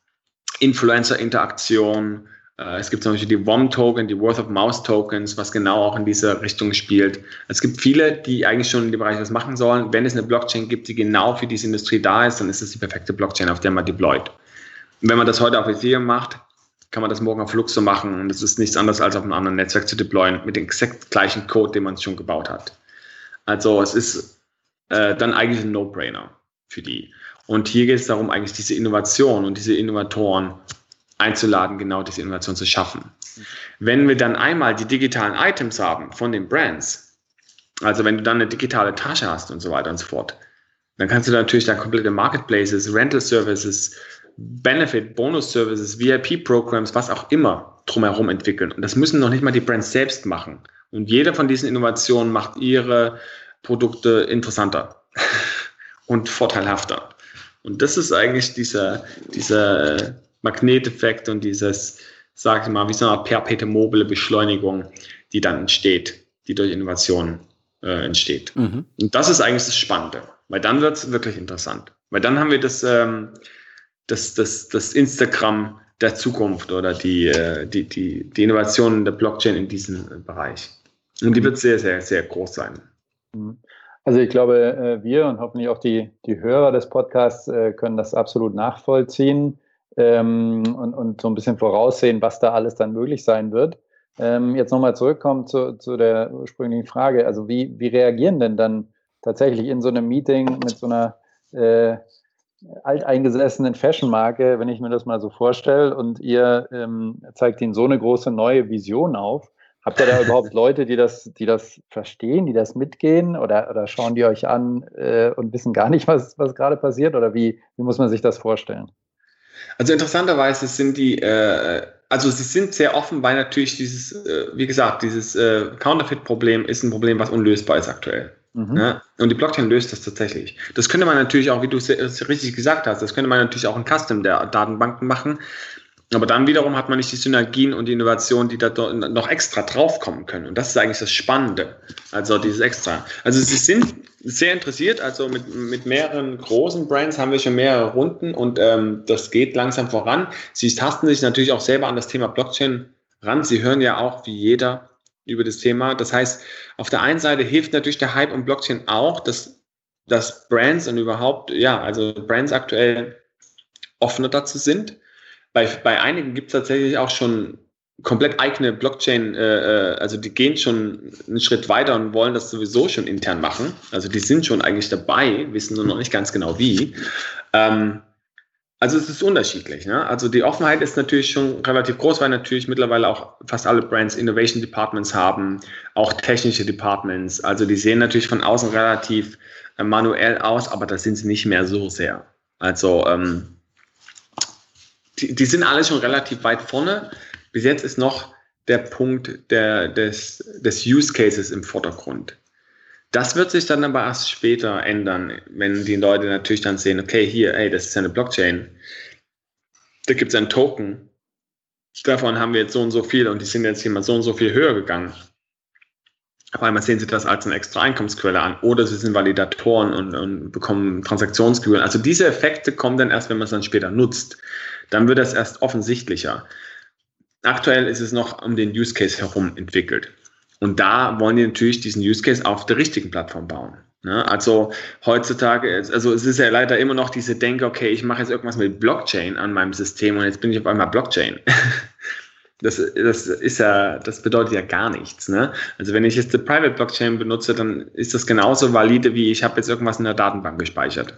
Influencer-Interaktion. Äh, es gibt zum Beispiel die W O M-Token, die Worth of Mouse Tokens, was genau auch in diese Richtung spielt. Es gibt viele, die eigentlich schon in dem Bereich was machen sollen. Wenn es eine Blockchain gibt, die genau für diese Industrie da ist, dann ist es die perfekte Blockchain, auf der man deployt. Und wenn man das heute auf Ethereum macht, kann man das morgen auf Luxor machen und es ist nichts anderes als auf einem anderen Netzwerk zu deployen mit dem exakt gleichen Code, den man schon gebaut hat. Also es ist äh, dann eigentlich ein No-Brainer für die. Und hier geht es darum, eigentlich diese Innovation und diese Innovatoren einzuladen, genau diese Innovation zu schaffen. Wenn wir dann einmal die digitalen Items haben von den Brands, also wenn du dann eine digitale Tasche hast und so weiter und so fort, dann kannst du natürlich dann komplette Marketplaces, Rental Services, Benefit, Bonus-Services, V I P-Programs, was auch immer drumherum entwickeln. Und das müssen noch nicht mal die Brands selbst machen. Und jede von diesen Innovationen macht ihre Produkte interessanter und vorteilhafter. Und das ist eigentlich dieser, dieser Magneteffekt und dieses, sag ich mal, wie so eine perpetuum mobile Beschleunigung, die dann entsteht, die durch Innovationen äh, entsteht. Mhm. Und das ist eigentlich das Spannende, weil dann wird es wirklich interessant. Weil dann haben wir das, ähm, das, das, das Instagram der Zukunft oder die, die, die, die Innovationen der Blockchain in diesem Bereich. Und die wird sehr, sehr, sehr groß sein.
Also ich glaube, wir und hoffentlich auch die, die Hörer des Podcasts können das absolut nachvollziehen und, und so ein bisschen voraussehen, was da alles dann möglich sein wird. Jetzt nochmal zurückkommen zu, zu der ursprünglichen Frage. Also wie, wie reagieren denn dann tatsächlich in so einem Meeting mit so einer äh, alteingesessenen Fashion-Marke, wenn ich mir das mal so vorstelle, und ihr ähm, zeigt ihnen so eine große neue Vision auf. Habt ihr da überhaupt Leute, die das, die das verstehen, die das mitgehen, oder, oder schauen die euch an äh, und wissen gar nicht, was, was gerade passiert, oder wie, wie muss man sich das vorstellen?
Also interessanterweise sind die, äh, also sie sind sehr offen, weil natürlich dieses, äh, wie gesagt, dieses äh, Counterfeit-Problem ist ein Problem, was unlösbar ist aktuell. Mhm. Ja, und die Blockchain löst das tatsächlich. Das könnte man natürlich auch, wie du es richtig gesagt hast, das könnte man natürlich auch in Custom der Datenbanken machen. Aber dann wiederum hat man nicht die Synergien und die Innovationen, die da noch extra draufkommen können. Und das ist eigentlich das Spannende. Also dieses Extra. Also sie sind sehr interessiert. Also mit, mit mehreren großen Brands haben wir schon mehrere Runden und ähm, das geht langsam voran. Sie tasten sich natürlich auch selber an das Thema Blockchain ran. Sie hören ja auch wie jeder über das Thema. Das heißt, auf der einen Seite hilft natürlich der Hype um Blockchain auch, dass, dass Brands und überhaupt, ja, also Brands aktuell offener dazu sind. Bei, bei einigen gibt es tatsächlich auch schon komplett eigene Blockchain, äh, also die gehen schon einen Schritt weiter und wollen das sowieso schon intern machen. Also die sind schon eigentlich dabei, wissen nur noch nicht ganz genau wie. Ähm, Also es ist unterschiedlich. Ne? Also die Offenheit ist natürlich schon relativ groß, weil natürlich mittlerweile auch fast alle Brands Innovation Departments haben, auch technische Departments. Also die sehen natürlich von außen relativ äh, manuell aus, aber das sind sie nicht mehr so sehr. Also ähm, die, die sind alle schon relativ weit vorne. Bis jetzt ist noch der Punkt der, des, des Use Cases im Vordergrund. Das wird sich dann aber erst später ändern, wenn die Leute natürlich dann sehen, okay, hier, ey, das ist ja eine Blockchain. Da gibt es einen Token. Davon haben wir jetzt so und so viel und die sind jetzt hier mal so und so viel höher gegangen. Auf einmal sehen sie das als eine extra Einkommensquelle an oder sie sind Validatoren und, und bekommen Transaktionsgebühren. Also diese Effekte kommen dann erst, wenn man es dann später nutzt. Dann wird das erst offensichtlicher. Aktuell ist es noch um den Use Case herum entwickelt. Und da wollen die natürlich diesen Use Case auf der richtigen Plattform bauen. Ne? Also heutzutage, also es ist ja leider immer noch diese Denke, okay, ich mache jetzt irgendwas mit Blockchain an meinem System und jetzt bin ich auf einmal Blockchain. Das, das ist ja, das bedeutet ja gar nichts. Ne? Also wenn ich jetzt die Private Blockchain benutze, dann ist das genauso valide, wie ich habe jetzt irgendwas in der Datenbank gespeichert.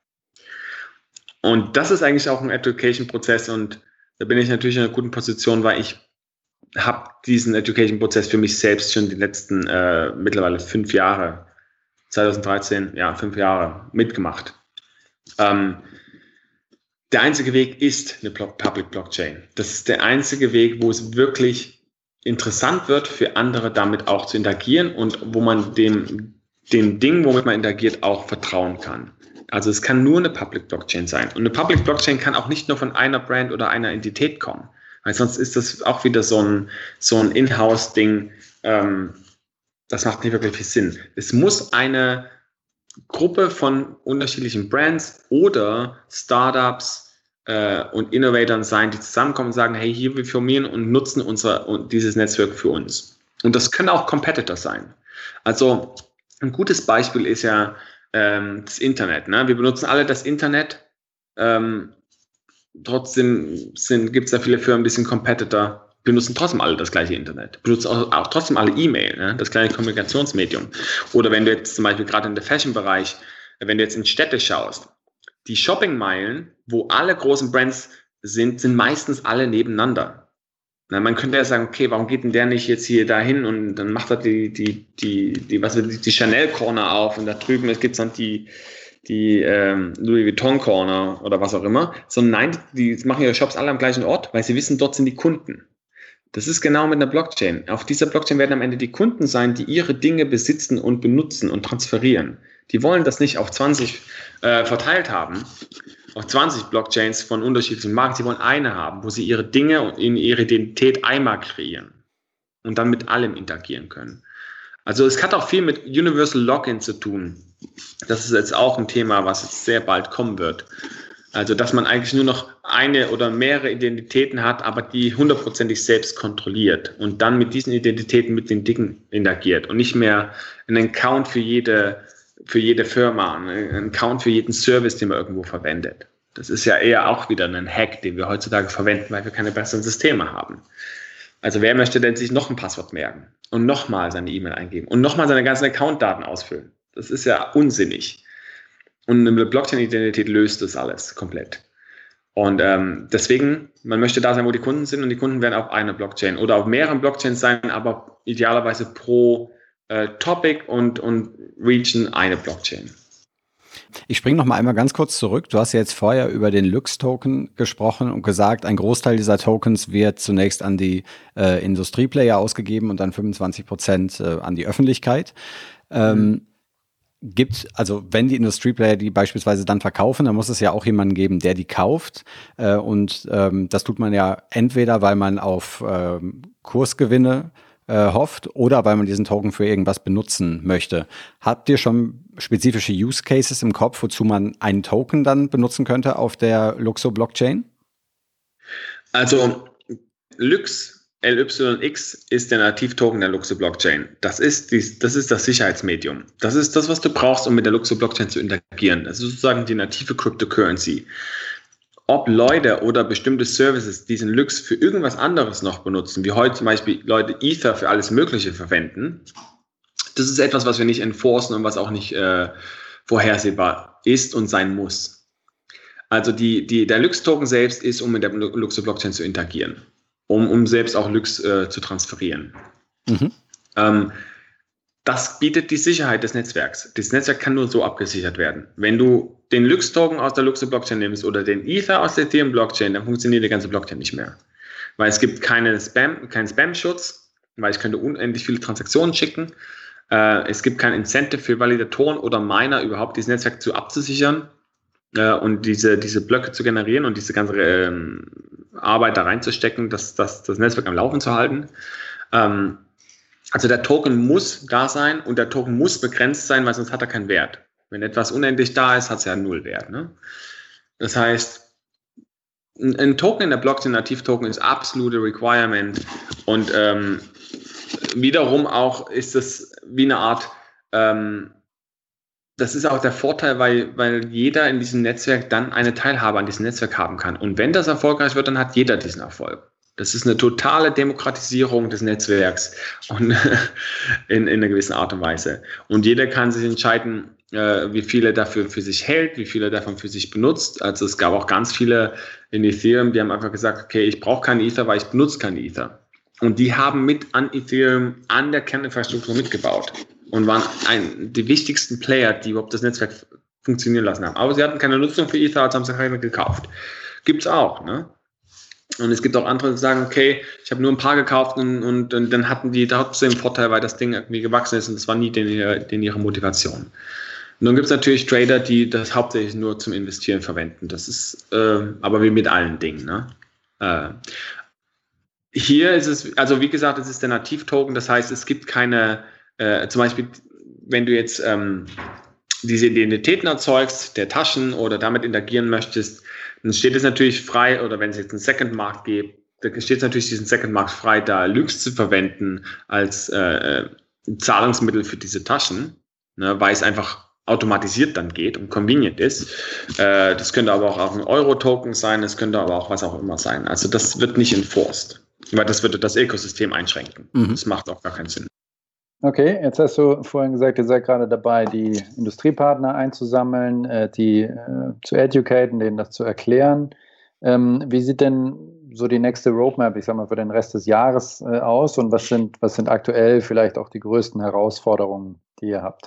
Und das ist eigentlich auch ein Education-Prozess und da bin ich natürlich in einer guten Position, weil ich habe diesen Education-Prozess für mich selbst schon die letzten äh, mittlerweile fünf Jahre, zwanzig dreizehn, ja, fünf Jahre mitgemacht. Ähm, der einzige Weg ist eine Public Blockchain. Das ist der einzige Weg, wo es wirklich interessant wird, für andere damit auch zu interagieren und wo man dem, dem Ding, womit man interagiert, auch vertrauen kann. Also es kann nur eine Public Blockchain sein. Und eine Public Blockchain kann auch nicht nur von einer Brand oder einer Entität kommen. Weil sonst ist das auch wieder so ein, so ein In-house-Ding. Ähm, das macht nicht wirklich viel Sinn. Es muss eine Gruppe von unterschiedlichen Brands oder Startups äh, und Innovatoren sein, die zusammenkommen und sagen, hey, hier wir formieren und nutzen unser, dieses Netzwerk für uns. Und das können auch Competitors sein. Also ein gutes Beispiel ist ja ähm, das Internet. Ne? Wir benutzen alle das Internet. Ähm, trotzdem gibt es da viele Firmen, die sind Competitor, benutzen trotzdem alle das gleiche Internet, benutzen auch, auch trotzdem alle E-Mail, ne? Das gleiche Kommunikationsmedium. Oder wenn du jetzt zum Beispiel gerade in der Fashion-Bereich, wenn du jetzt in Städte schaust, die Shopping-Meilen, wo alle großen Brands sind, sind meistens alle nebeneinander. Na, man könnte ja sagen, okay, warum geht denn der nicht jetzt hier dahin und dann macht er die, die, die, die, was, die, die Chanel-Corner auf und da drüben gibt es dann die, die ähm, Louis Vuitton Corner oder was auch immer, sondern nein, die machen ihre Shops alle am gleichen Ort, weil sie wissen, dort sind die Kunden. Das ist genau mit einer Blockchain. Auf dieser Blockchain werden am Ende die Kunden sein, die ihre Dinge besitzen und benutzen und transferieren. Die wollen das nicht auf zwanzig äh, verteilt haben, auf zwanzig Blockchains von unterschiedlichen Marken. Sie wollen eine haben, wo sie ihre Dinge und ihre Identität einmal kreieren und dann mit allem interagieren können. Also es hat auch viel mit Universal Login zu tun. Das ist jetzt auch ein Thema, was jetzt sehr bald kommen wird. Also dass man eigentlich nur noch eine oder mehrere Identitäten hat, aber die hundertprozentig selbst kontrolliert und dann mit diesen Identitäten mit den Dingen interagiert und nicht mehr einen Account für jede, für jede Firma, einen Account für jeden Service, den man irgendwo verwendet. Das ist ja eher auch wieder ein Hack, den wir heutzutage verwenden, weil wir keine besseren Systeme haben. Also wer möchte denn sich noch ein Passwort merken und nochmal seine E-Mail eingeben und nochmal seine ganzen Account-Daten ausfüllen? Das ist ja unsinnig. Und eine Blockchain-Identität löst das alles komplett. Und ähm, deswegen, man möchte da sein, wo die Kunden sind und die Kunden werden auf einer Blockchain oder auf mehreren Blockchains sein, aber idealerweise pro äh, Topic und, und Region eine Blockchain.
Ich springe noch mal einmal ganz kurz zurück. Du hast ja jetzt vorher über den Lux-Token gesprochen und gesagt, ein Großteil dieser Tokens wird zunächst an die äh, Industrieplayer ausgegeben und dann fünfundzwanzig Prozent äh, an die Öffentlichkeit. Ähm, mhm. Gibt, also wenn die Industrieplayer die beispielsweise dann verkaufen, dann muss es ja auch jemanden geben, der die kauft. Äh, und ähm, das tut man ja entweder, weil man auf ähm, Kursgewinne äh, hofft oder weil man diesen Token für irgendwas benutzen möchte. Habt ihr schon spezifische Use Cases im Kopf, wozu man einen Token dann benutzen könnte auf der Luxo-Blockchain?
Also Lux L Y X ist der Nativtoken der Luxo-Blockchain. Das ist, die, das ist das Sicherheitsmedium. Das ist das, was du brauchst, um mit der Luxo-Blockchain zu interagieren. Das ist sozusagen die native Cryptocurrency. Ob Leute oder bestimmte Services diesen Lux für irgendwas anderes noch benutzen, wie heute zum Beispiel Leute Ether für alles Mögliche verwenden, das ist etwas, was wir nicht enforcen und was auch nicht äh, vorhersehbar ist und sein muss. Also die, die, der Lux-Token selbst ist, um mit der Luxo-Blockchain zu interagieren. Um, um selbst auch Lux äh, zu transferieren. Mhm. Ähm, das bietet die Sicherheit des Netzwerks. Das Netzwerk kann nur so abgesichert werden. Wenn du den Lux-Token aus der Luxo-Blockchain nimmst oder den Ether aus der Ethereum-Blockchain, dann funktioniert die ganze Blockchain nicht mehr. Weil es gibt keine Spam, keinen Spam-Schutz, weil ich könnte unendlich viele Transaktionen schicken. Äh, es gibt kein Incentive für Validatoren oder Miner, überhaupt dieses Netzwerk zu abzusichern äh, und diese, diese Blöcke zu generieren und diese ganze äh, Arbeit da reinzustecken, das, das, das Netzwerk am Laufen zu halten. Ähm, also der Token muss da sein und der Token muss begrenzt sein, weil sonst hat er keinen Wert. Wenn etwas unendlich da ist, hat es ja null Wert. Ne? Das heißt, ein, ein Token in der Blockchain, ein Nativ-Token, ist absolute Requirement und ähm, wiederum auch ist es wie eine Art, ähm, das ist auch der Vorteil, weil, weil jeder in diesem Netzwerk dann eine Teilhabe an diesem Netzwerk haben kann. Und wenn das erfolgreich wird, dann hat jeder diesen Erfolg. Das ist eine totale Demokratisierung des Netzwerks und in, in einer gewissen Art und Weise. Und jeder kann sich entscheiden, äh, wie viel er dafür für sich hält, wie viel er davon für sich benutzt. Also es gab auch ganz viele in Ethereum, die haben einfach gesagt, okay, ich brauche keinen Ether, weil ich benutze keinen Ether. Und die haben mit an Ethereum, an der Kerninfrastruktur mitgebaut und waren ein, die wichtigsten Player, die überhaupt das Netzwerk funktionieren lassen haben. Aber sie hatten keine Nutzung für Ether, also haben sie keine gekauft. Gibt's auch, ne? Und es gibt auch andere, die sagen, okay, ich habe nur ein paar gekauft und, und, und dann hatten die trotzdem den Vorteil, weil das Ding irgendwie gewachsen ist und das war nie den, den ihre Motivation. Nun gibt es natürlich Trader, die das hauptsächlich nur zum Investieren verwenden. Das ist äh, aber wie mit allen Dingen. Ne? Äh, hier ist es, also wie gesagt, es ist der Nativ-Token. Das heißt, es gibt keine, äh, zum Beispiel, wenn du jetzt ähm, diese Identitäten erzeugst, der Taschen oder damit interagieren möchtest, dann steht es natürlich frei, oder wenn es jetzt einen Second-Markt gibt, dann steht es natürlich diesen Second-Markt frei, da Lux zu verwenden als äh, Zahlungsmittel für diese Taschen, ne, weil es einfach automatisiert dann geht und convenient ist. Äh, das könnte aber auch ein Euro-Token sein, es könnte aber auch was auch immer sein. Also das wird nicht enforced, weil das würde das Ökosystem einschränken. Mhm. Das macht auch gar keinen Sinn.
Okay, jetzt hast du vorhin gesagt, ihr seid gerade dabei, die Industriepartner einzusammeln, äh, die äh, zu educaten, denen das zu erklären. Ähm, wie sieht denn so die nächste Roadmap, ich sag mal, für den Rest des Jahres äh, aus und was sind, was sind aktuell vielleicht auch die größten Herausforderungen, die ihr habt?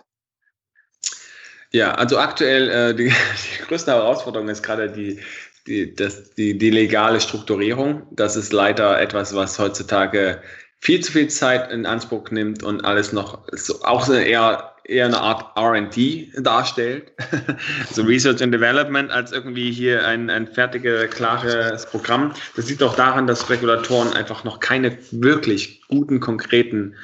Ja, also aktuell äh, die, die größte Herausforderung ist gerade die, die, das, die, die legale Strukturierung. Das ist leider etwas, was heutzutage viel zu viel Zeit in Anspruch nimmt und alles noch so, auch eher, eher eine Art R and D darstellt. So Research and Development als irgendwie hier ein, ein fertiges, klares Programm. Das liegt auch daran, dass Regulatoren einfach noch keine wirklich guten, konkreten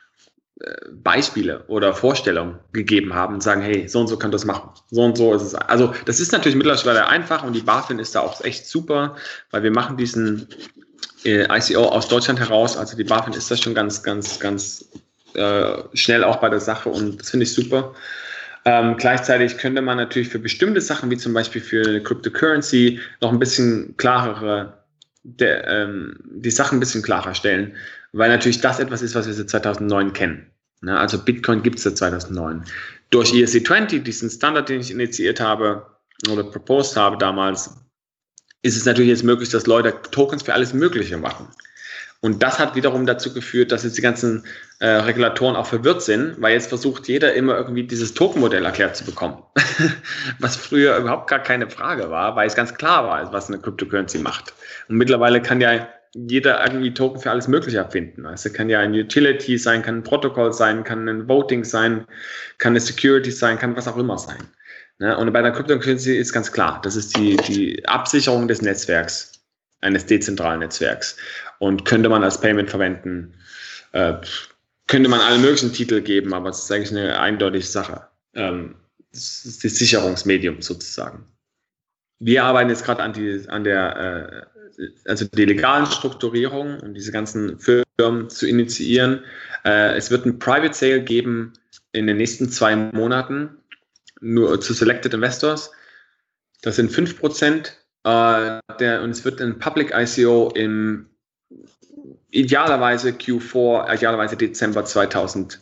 Beispiele oder Vorstellungen gegeben haben und sagen, hey, so und so kann das machen, so und so ist es. Also das ist natürlich mittlerweile einfach und die BaFin ist da auch echt super, weil wir machen diesen äh, I C O aus Deutschland heraus, also die BaFin ist da schon ganz, ganz, ganz äh, schnell auch bei der Sache und das finde ich super. Ähm, gleichzeitig könnte man natürlich für bestimmte Sachen, wie zum Beispiel für Cryptocurrency, noch ein bisschen klarere, der, ähm, die Sachen ein bisschen klarer stellen, weil natürlich das etwas ist, was wir seit zweitausendneun kennen. Ne? Also Bitcoin gibt es seit zweitausendneun. Durch E R C zwanzig, diesen Standard, den ich initiiert habe oder proposed habe damals, ist es natürlich jetzt möglich, dass Leute Tokens für alles Mögliche machen. Und das hat wiederum dazu geführt, dass jetzt die ganzen äh, Regulatoren auch verwirrt sind, weil jetzt versucht jeder immer irgendwie dieses Tokenmodell erklärt zu bekommen. Was früher überhaupt gar keine Frage war, weil es ganz klar war, was eine Cryptocurrency macht. Und mittlerweile kann ja jeder irgendwie Token für alles Mögliche erfinden. Also kann ja ein Utility sein, kann ein Protokoll sein, kann ein Voting sein, kann eine Security sein, kann was auch immer sein. Ne? Und bei der Cryptocurrency ist ganz klar, das ist die, die Absicherung des Netzwerks, eines dezentralen Netzwerks. Und könnte man als Payment verwenden, äh, könnte man alle möglichen Titel geben, aber es ist eigentlich eine eindeutige Sache. Ähm, das ist das Sicherungsmedium sozusagen. Wir arbeiten jetzt gerade an, die, an der, äh, also die legalen Strukturierung, um diese ganzen Firmen zu initiieren. Äh, es wird ein Private Sale geben in den nächsten zwei Monaten, nur zu Selected Investors. Das sind fünf Prozent. Äh, der, und es wird ein Public I C O im idealerweise Q vier, idealerweise Dezember zweitausendachtzehn,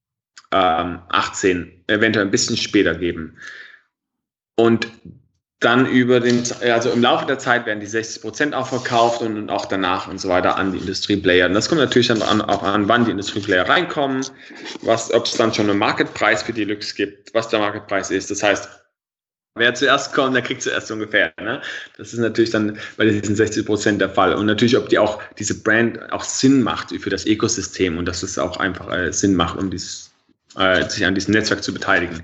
eventuell ein bisschen später geben. Und dann über den, also im Laufe der Zeit werden die sechzig Prozent auch verkauft und, und auch danach und so weiter an die Industrieplayer. Und das kommt natürlich dann an, auch an, wann die Industrieplayer reinkommen, was, ob es dann schon einen Marketpreis für die Lux gibt, was der Marketpreis ist. Das heißt, wer zuerst kommt, der kriegt zuerst ungefähr. Ne? Das ist natürlich dann bei diesen sechzig Prozent der Fall. Und natürlich, ob die auch diese Brand auch Sinn macht für das Ökosystem und dass es auch einfach äh, Sinn macht, um dieses, äh, sich an diesem Netzwerk zu beteiligen.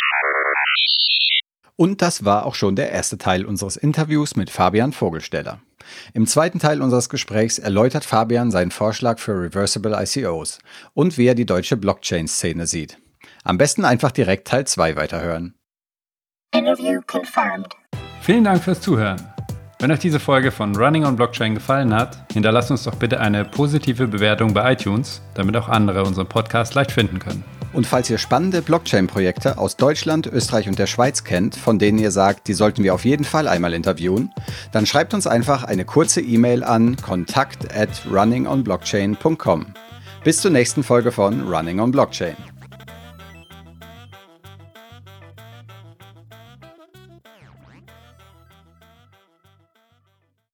Und das war auch schon der erste Teil unseres Interviews mit Fabian Vogelsteller. Im zweiten Teil unseres Gesprächs erläutert Fabian seinen Vorschlag für Reversible I C Os und wie er die deutsche Blockchain-Szene sieht. Am besten einfach direkt Teil zwei weiterhören.
Interview confirmed.
Vielen Dank fürs Zuhören. Wenn euch diese Folge von Running on Blockchain gefallen hat, hinterlasst uns doch bitte eine positive Bewertung bei iTunes, damit auch andere unseren Podcast leicht finden können.
Und falls ihr spannende Blockchain-Projekte aus Deutschland, Österreich und der Schweiz kennt, von denen ihr sagt, die sollten wir auf jeden Fall einmal interviewen, dann schreibt uns einfach eine kurze E-Mail an kontakt at running on blockchain punkt com. Bis zur nächsten Folge von Running on Blockchain.